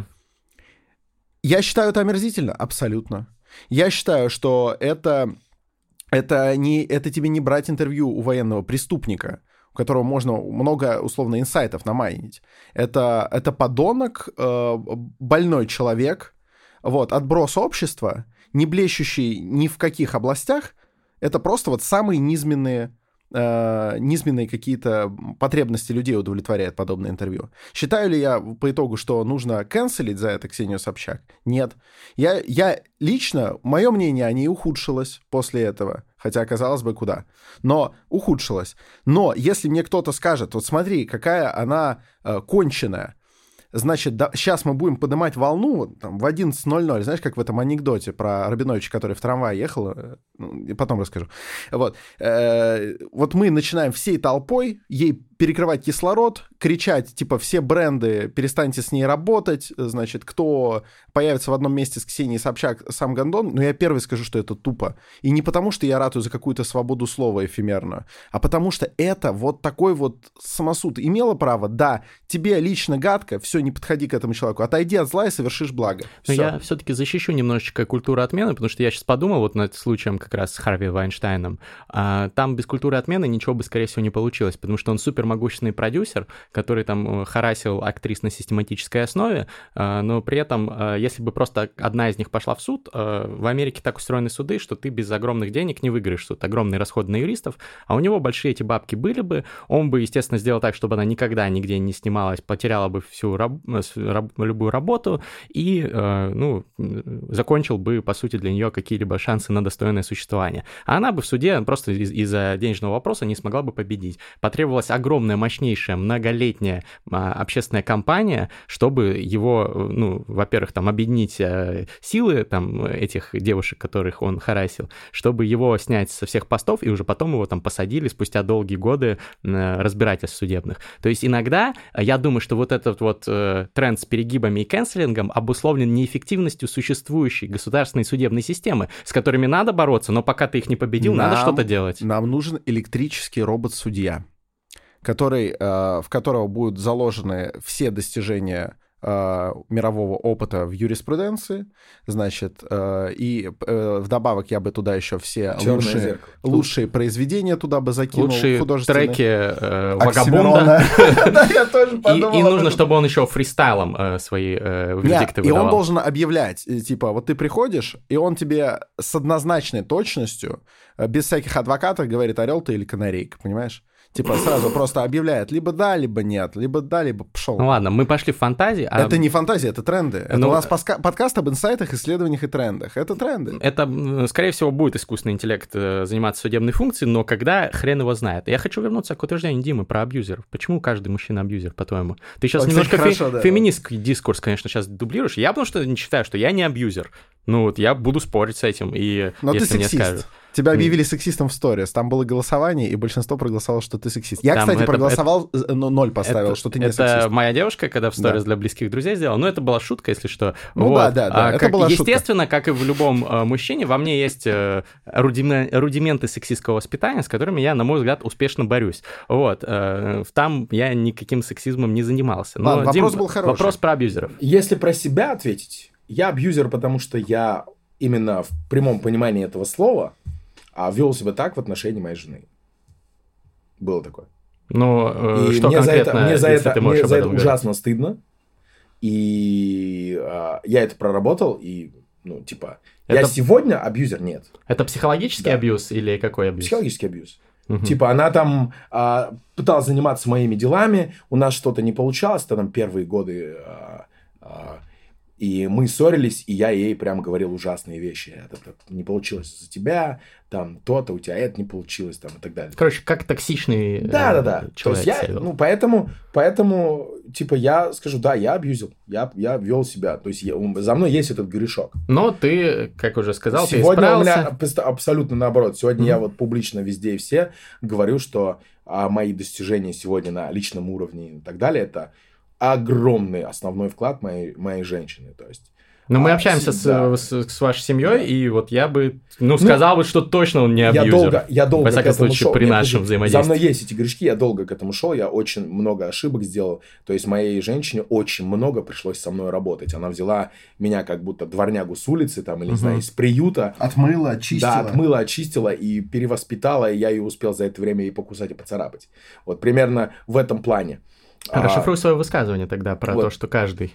Я считаю это омерзительно, абсолютно. Я считаю, что это, это, не, это тебе не брать интервью у военного преступника, у которого можно много, условно, инсайтов намайнить. Это, это подонок, э, больной человек, вот, отброс общества, не блещущий ни в каких областях. Это просто вот самые низменные... низменные какие-то потребности людей удовлетворяет подобное интервью. Считаю ли я по итогу, что нужно канцелить за это Ксению Собчак? Нет. Я, я лично, мое мнение о ней ухудшилось после этого. Хотя, казалось бы, куда. Но ухудшилось. Но если мне кто-то скажет, вот смотри, какая она э, конченая, значит, да, сейчас мы будем поднимать волну там, в одиннадцать ноль ноль, знаешь, как в этом анекдоте про Рабиновича, который в трамвае ехал, ну, потом расскажу. Вот. Э, вот мы начинаем всей толпой ей перекрывать кислород, кричать, типа, все бренды, перестаньте с ней работать, значит, кто появится в одном месте с Ксенией Собчак, сам гондон, но я первый скажу, что это тупо. И не потому, что я ратую за какую-то свободу слова эфемерную, а потому что это вот такой вот самосуд. Имела право? Да. Тебе лично гадко, все, не подходи к этому человеку, отойди от зла и совершишь благо. Но я все-таки защищу немножечко культуру отмены, потому что я сейчас подумал вот над случаем как раз с Харви Вайнштейном. А, там без культуры отмены ничего бы, скорее всего, не получилось, потому что он супер супермогущественный продюсер, который там харасил актрис на систематической основе, но при этом, если бы просто одна из них пошла в суд, в Америке так устроены суды, что ты без огромных денег не выиграешь суд, огромные расходы на юристов, а у него большие эти бабки были бы, он бы, естественно, сделал так, чтобы она никогда нигде не снималась, потеряла бы всю раб- раб- любую работу и, ну, закончил бы, по сути, для нее какие-либо шансы на достойное существование. А она бы в суде просто из- из-за денежного вопроса не смогла бы победить. Потребовалась огромная, мощнейшая, многолетняя а, общественная кампания, чтобы его, ну, во-первых, там, объединить а, силы там, этих девушек, которых он харасил, чтобы его снять со всех постов, и уже потом его там посадили спустя долгие годы а, разбирательств судебных. То есть иногда я думаю, что вот этот вот а, тренд с перегибами и кэнселингом обусловлен неэффективностью существующей государственной судебной системы, с которыми надо бороться, но пока ты их не победил, нам, надо что-то делать. Нам нужен электрический робот-судья, который, э, в которого будут заложены все достижения э, мирового опыта в юриспруденции, значит, э, и э, вдобавок я бы туда еще все лучшие, лучшие произведения туда бы закинул. Лучшие художественные треки э, Вагабунда. Я тоже подумал. И нужно, чтобы он еще фристайлом свои вердикты выдавал. И он должен объявлять, типа, вот ты приходишь, и он тебе с однозначной точностью, без всяких адвокатов, говорит, орел ты или канарейка, понимаешь? Типа сразу просто объявляет, либо да, либо нет, либо да, либо пошел. Ну ладно, мы пошли в фантазии. А... Это не фантазия, это тренды. Это ну... у нас подка- подкаст об инсайтах, исследованиях и трендах. Это тренды. Это, скорее всего, будет искусственный интеллект заниматься судебной функцией, но когда, хрен его знает. Я хочу вернуться к утверждению Димы про абьюзеров. Почему каждый мужчина абьюзер, по-твоему? Ты сейчас Очень немножко хорошо, фе- да. феминистский дискурс, конечно, сейчас дублируешь. Я потому что не считаю, что я не абьюзер. Ну вот, я буду спорить с этим, и но если ты мне сексист. скажут... Тебя объявили сексистом в сторис, там было голосование, и большинство проголосовало, что ты сексист. Я, Там кстати, это, проголосовал, это, ну, ноль поставил, это, что ты не это сексист. Это моя девушка, когда в сторис да. для близких друзей сделала, но это была шутка, если что. Ну вот. да, да, да, а, это как, была естественно, шутка. как и в любом э, мужчине, во мне есть э, рудимен, рудименты сексистского воспитания, с которыми я, на мой взгляд, успешно борюсь. Вот. Э, там я никаким сексизмом не занимался. Но, Ладно, Дим, вопрос был хороший. Вопрос про абьюзеров. Если про себя ответить, я абьюзер, потому что я именно в прямом понимании этого слова а вел себя так в отношении моей жены. Было такое. Ну, э, и что мне конкретно, за это, мне за если это, ты можешь мне об за этом это говорить? ужасно стыдно. И э, я это проработал, и, ну, типа, это... я сегодня абьюзер, нет. Это психологический да. абьюз или какой абьюз? Психологический абьюз. Угу. Типа, она там э, пыталась заниматься моими делами, у нас что-то не получалось, это там первые годы... Э, э, И мы ссорились, и я ей прям говорил ужасные вещи. Это, это не получилось из-за тебя, там то-то, у тебя это не получилось, там и так далее. Короче, как токсичный да, э, да, да. человек. То есть я, ну, поэтому, поэтому, типа, я скажу, да, я абьюзил, я, я вел себя. То есть я, за мной есть этот грешок. Но ты, как уже сказал, сегодня ты исправился. у меня абсолютно наоборот. Сегодня mm-hmm. я вот публично везде и все говорю, что а, мои достижения сегодня на личном уровне и так далее, это огромный основной вклад моей, моей женщины, то есть. Но мы а, общаемся да. с, с, с вашей семьей, да. и вот я бы, ну, сказал ну, бы, что точно он не абьюзер. Я долго, я долго во всяком к этому случае, шел. при Нет, нашем взаимодействии. За мной есть эти грешки, я долго к этому шел, я очень много ошибок сделал. То есть моей женщине очень много пришлось со мной работать. Она взяла меня как будто дворнягу с улицы, там, или, угу. не знаю, из приюта. Отмыла, очистила. Да, отмыла, очистила и перевоспитала, и я ее успел за это время и покусать, и поцарапать. Вот примерно в этом плане. Расшифруй а, свое высказывание тогда про вот, то, что каждый.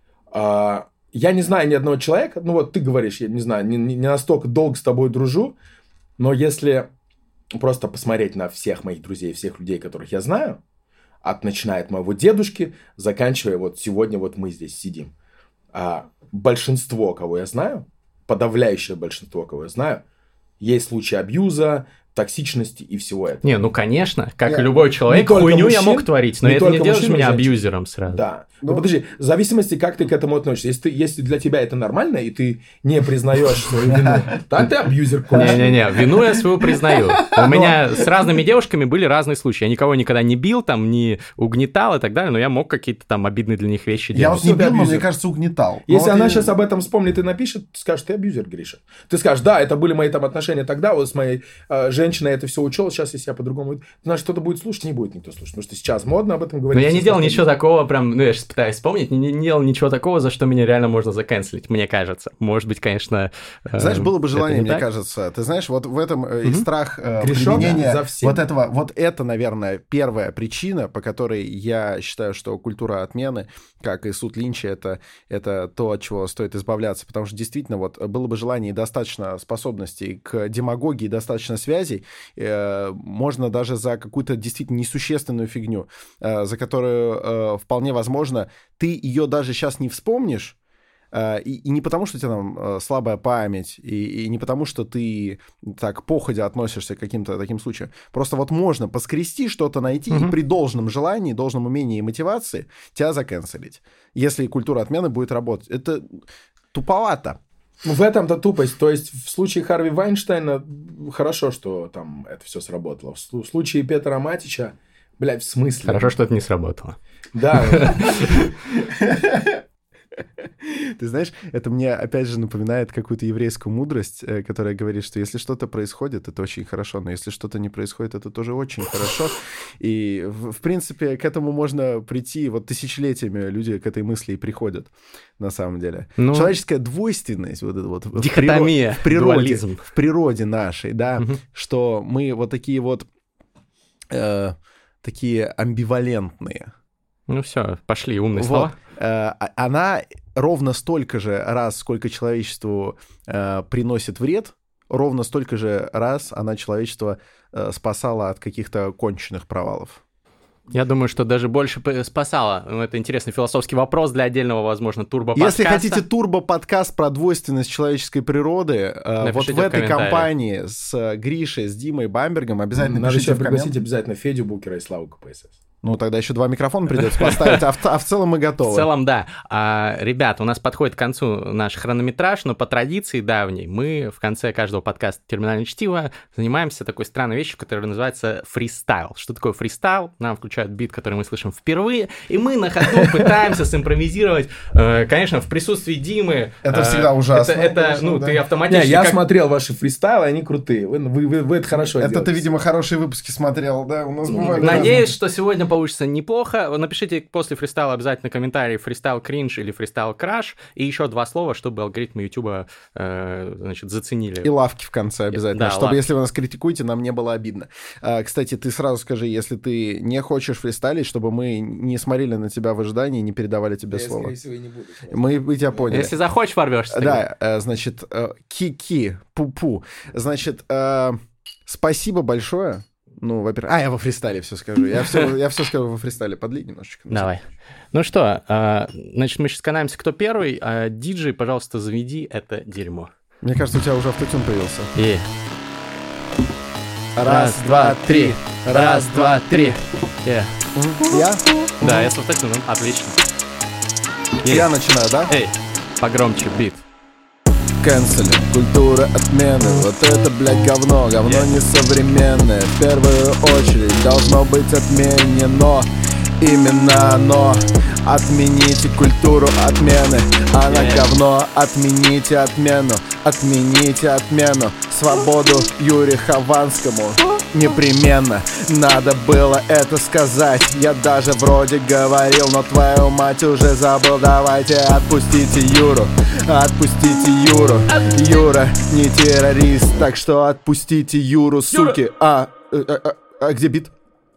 А, я не знаю ни одного человека, ну вот ты говоришь, я не знаю, не, не настолько долго с тобой дружу, но если просто посмотреть на всех моих друзей, всех людей, которых я знаю, от начиная от моего дедушки, заканчивая вот сегодня вот мы здесь сидим, а, большинство, кого я знаю, подавляющее большинство, кого я знаю, есть случаи абьюза, токсичности и всего этого. Не, ну конечно, как я, и любой человек, хуйню мужчин, я мог творить, но не это не делаешь мужчин, меня женщин. абьюзером сразу. Да. Ну, ну подожди, в зависимости, как ты к этому относишься. Если, ты, если для тебя это нормально, и ты не признаешь свою вину, так ты абьюзер. Не-не-не, вину я свою признаю. У меня с разными девушками были разные случаи. Я никого никогда не бил, там, не угнетал и так далее, но я мог какие-то там обидные для них вещи делать. Я вот не бил, но, мне кажется, угнетал. Если она сейчас об этом вспомнит и напишет, скажешь, ты абьюзер, Гриша. Ты скажешь, да, это были мои там отношения тогда вот с моей женщиной, женщина это все учел, сейчас если я по-другому... Значит, кто-то будет слушать, не будет никто слушать, потому что сейчас модно об этом говорить. Но я не делал ничего такого, прям, ну, я сейчас пытаюсь вспомнить, не, не делал ничего такого, за что меня реально можно заканцелить, мне кажется. Может быть, конечно... Знаешь, э, было бы желание, мне так? кажется. Ты знаешь, вот в этом э, и Мгм. страх э, Грешок применения за всем. вот этого, вот это, наверное, первая причина, по которой я считаю, что культура отмены, как и суд Линча, это, это то, от чего стоит избавляться. Потому что действительно вот было бы желание и достаточно способностей к демагогии, достаточно связей, э, можно даже за какую-то действительно несущественную фигню, э, за которую э, вполне возможно ты ее даже сейчас не вспомнишь, э, и, и не потому, что у тебя там э, слабая память, и, и не потому, что ты так походя относишься к каким-то таким случаям. Просто вот можно поскрести, что-то найти, Мгм. и при должном желании, должном умении и мотивации тебя заканцелить, если культура отмены будет работать. Это туповато. В этом-то тупость. То есть, в случае Харви Вайнштейна хорошо, что там это все сработало. В слу- в случае Петра Матича, блядь, в смысле? Хорошо, что это не сработало. Да. Ты знаешь, это мне опять же напоминает какую-то еврейскую мудрость, э, которая говорит, что если что-то происходит, это очень хорошо, но если что-то не происходит, это тоже очень хорошо. И, в, в принципе, к этому можно прийти, вот тысячелетиями люди к этой мысли и приходят, на самом деле. Ну, Человеческая двойственность, вот это вот в Дихотомия, приро- в природе, дуализм. в природе нашей, да, Мгм. что мы вот такие вот, э, такие амбивалентные. Ну все, пошли, умные Вот. слова. Э, а- Она ровно столько же раз, сколько человечеству э, приносит вред, ровно столько же раз она человечество э, спасала от каких-то конченных провалов. Я думаю, что даже больше п- спасало. Ну, это интересный философский вопрос для отдельного, возможно, турбо-подкаста. Если хотите турбо-подкаст про двойственность человеческой природы, э, вот Напишите в в этой комментариях. компании с э, Гришей, с Димой Бамбергом обязательно Надо пишите еще в коммент. пригласить обязательно Федю Букера и Славу КПСС. Ну, тогда еще два микрофона придется поставить, а в, а в целом мы готовы. В целом, да. А, ребят, у нас подходит к концу наш хронометраж, но по традиции давней мы в конце каждого подкаста «Терминальное чтиво» занимаемся такой странной вещью, которая называется фристайл. Что такое фристайл? Нам включают бит, который мы слышим впервые, и мы на ходу пытаемся симпровизировать, э, конечно, в присутствии Димы. Это э, всегда ужасно, Это, это, конечно, ну, да. ты Не, автоматически... я как- смотрел ваши фристайлы, они крутые. Вы, вы, вы- вы это хорошо Это ты, делаете. видимо, хорошие выпуски смотрел, да? У нас бывали Надеюсь, разные. что сегодня получится неплохо. Напишите после фристайла обязательно комментарий фристайл кринж или фристайл краш. И еще два слова, чтобы алгоритмы Ютуба э, значит, заценили. И лавки в конце обязательно, Да, чтобы, лавки. если вы нас критикуете, нам не было обидно. А, кстати, ты сразу скажи, если ты не хочешь фристайлить, чтобы мы не смотрели на тебя в ожидании и не передавали тебе Я, слово. скорее всего, и не буду. Мы, мы тебя поняли. Если захочешь, ворвешься. тогда. Да, э, значит, э, ки-ки, пу-пу. Значит, э, спасибо большое. Ну, во-первых... А, я во фристайле все скажу. Я все, я все скажу во фристайле. Подли немножечко. Давай. Ну что, э, значит, мы сейчас канаемся, кто первый. А диджей, пожалуйста, заведи это дерьмо. Мне кажется, у тебя уже автотюн появился. И... Раз, два, три. Раз, два, три. Э. Я? Да, я с автотюном. Отлично. Я начинаю, да? Эй, погромче бит. Канцелинг, культура отмены. Вот это, блядь, говно, говно Yeah. несовременное. В первую очередь должно быть отменено именно оно. Отмените культуру отмены. Она Yeah. говно, отмените отмену. Отмените отмену. Свободу Юрию Хованскому. Непременно надо было это сказать. Я даже вроде говорил, но твою мать уже забыл. Давайте отпустите Юру. Отпустите Юру. Юра не террорист, так что отпустите Юру, суки. А, э, э, э, а где бит?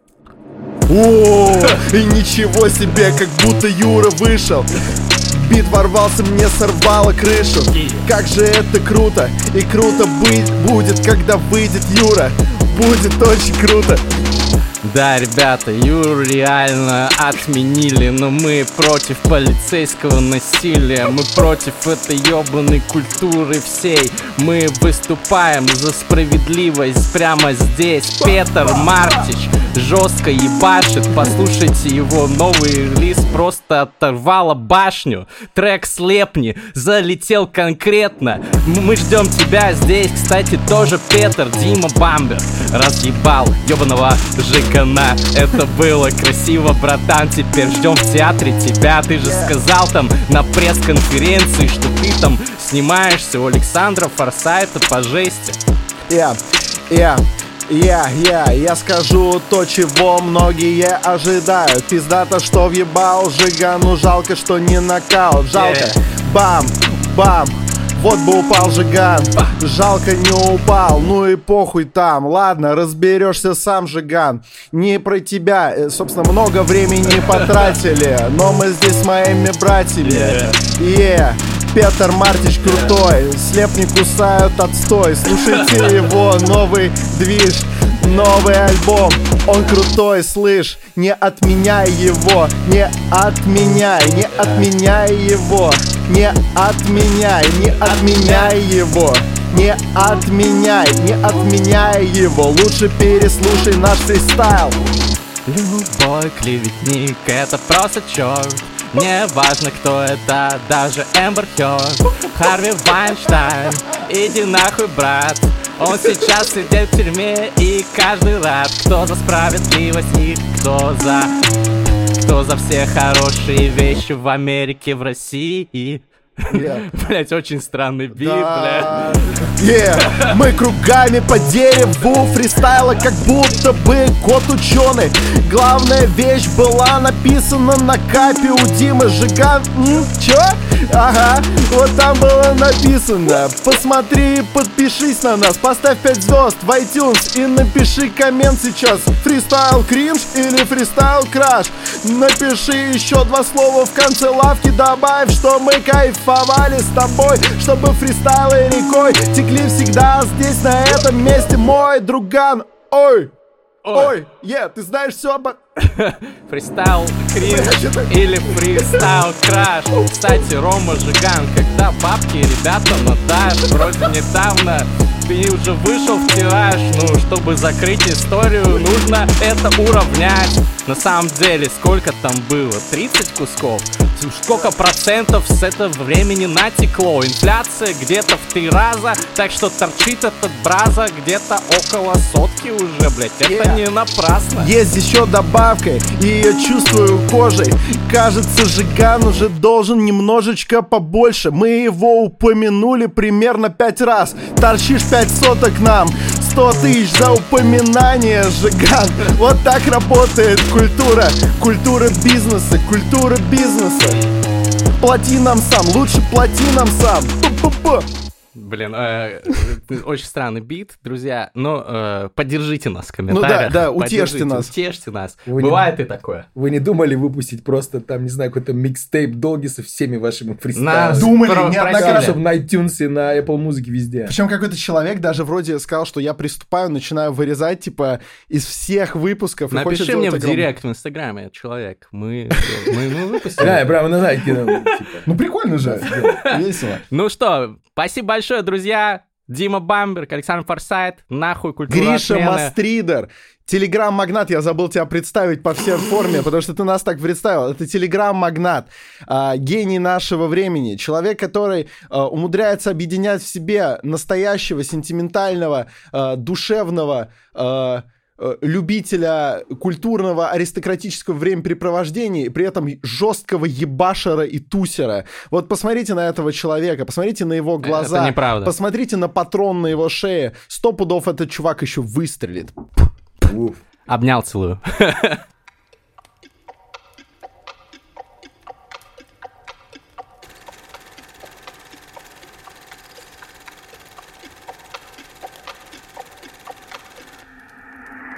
О, и ничего себе, как будто Юра вышел. Бит ворвался, мне сорвало крышу. Как же это круто. И круто быть будет, когда выйдет Юра. Будет очень круто. Да, ребята, Юру реально отменили, но мы против полицейского насилия, мы против этой ёбаной культуры всей. Мы выступаем за справедливость прямо здесь. Петр Мартич жестко ебашит, послушайте его новый релиз, просто оторвало башню. Трек «Слепни» залетел конкретно. Мы ждем тебя здесь, кстати, тоже Петр, Дима Бамбер разъебал ёбаного Жигана. Это было красиво, братан, теперь ждем в театре тебя. Ты же сказал там на пресс-конференции, что ты там снимаешься у Александра Форсайта по жести. Я, я Я, я, я скажу то, чего многие ожидают. Пиздато, что въебал Жигану, жалко, что не нокаут. Жалко, бам, бам, вот бы упал Жиган. Жалко, не упал, ну и похуй там. Ладно, разберешься сам, Жиган. Не про тебя, собственно, много времени потратили, но мы здесь с моими братьями. Yeah. Петр Мартич крутой, слеп не кусают отстой. Слушайте его новый движ, новый альбом. Он крутой, слышь, не отменяй его. Не отменяй, не отменяй его. Не отменяй, не отменяй его. Не отменяй, не отменяй его. Лучше переслушай наш фристайл. Любой клеветник — это просто черт. Не важно, кто это, даже Эмбер Хёрд. Харви Вайнштейн, иди нахуй, брат. Он сейчас сидит в тюрьме, и каждый рад. Кто за справедливость и кто за... Кто за все хорошие вещи в Америке, в России. Yeah. Блять, очень странный бит, да. бля. Yeah. Мы кругами по дереву фристайла, как будто бы кот ученый. Главная вещь была написана на капе у Димы Жиган. М, чё? Ага, вот там было написано. Посмотри, подпишись на нас, поставь пять звезд в iTunes и напиши коммент сейчас. Фристайл кринж или фристайл краш? Напиши еще два слова в конце лавки, добавь, что мы кайфовали с тобой, чтобы фристайлы рекой текли всегда здесь, на этом месте, мой друган. Ой, ой, е, yeah, ты знаешь все обо... Фристайл кринж или фристайл краш. Кстати, Рома Жиган, когда бабки ребята на даш. Вроде недавно ты уже вышел в тираж. Ну, чтобы закрыть историю, нужно это уравнять. На самом деле, сколько там было? тридцать кусков? Сколько процентов с этого времени натекло? Инфляция где-то в три раза, так что торчит этот браза где-то около сотки уже, блять. Это Yeah. не напрасно. Есть еще добавка, ее чувствую кожей. Кажется, Жиган уже должен немножечко побольше. Мы его упомянули примерно пять раз. Торчишь пять соток нам, сто тысяч за упоминание, Жиган. Вот так работает культура. Культура бизнеса, культура бизнеса. Плати нам сам, лучше плати нам сам. Пу-пу-пу. Блин, э, очень странный бит, друзья. Но э, поддержите нас в комментариях. Ну да, да, утешьте нас. Утешьте нас. Вы Бывает не... и такое. Вы не думали выпустить просто там, не знаю, какой-то микстейп долги со всеми вашими фристайлами? Нас Думали, про- неоднократно. Чтобы на iTunes и на Apple Music везде. Причем какой-то человек даже вроде сказал, что я приступаю, начинаю вырезать, типа, из всех выпусков. и хочет Напиши мне в сделать огром- директ в Инстаграме, человек. Мы, мы, мы выпустили. Да, я прямо на знаете, типа. Ну прикольно же, весело. Ну что, спасибо большое, друзья. Дима Бамберг, Александр Форсайт, нахуй культура Гриша отмены. Мастридер, Телеграм-магнат, я забыл тебя представить по всей форме, потому что ты нас так представил. Это Телеграм-магнат, а, гений нашего времени, человек, который а, умудряется объединять в себе настоящего, сентиментального, а, душевного, а, любителя культурного аристократического времяпрепровождения и при этом жесткого ебашера и тусера. Вот посмотрите на этого человека, посмотрите на его глаза. Это неправда. Посмотрите на патрон на его шее. Сто пудов этот чувак еще выстрелит. Уф. Обнял, целую.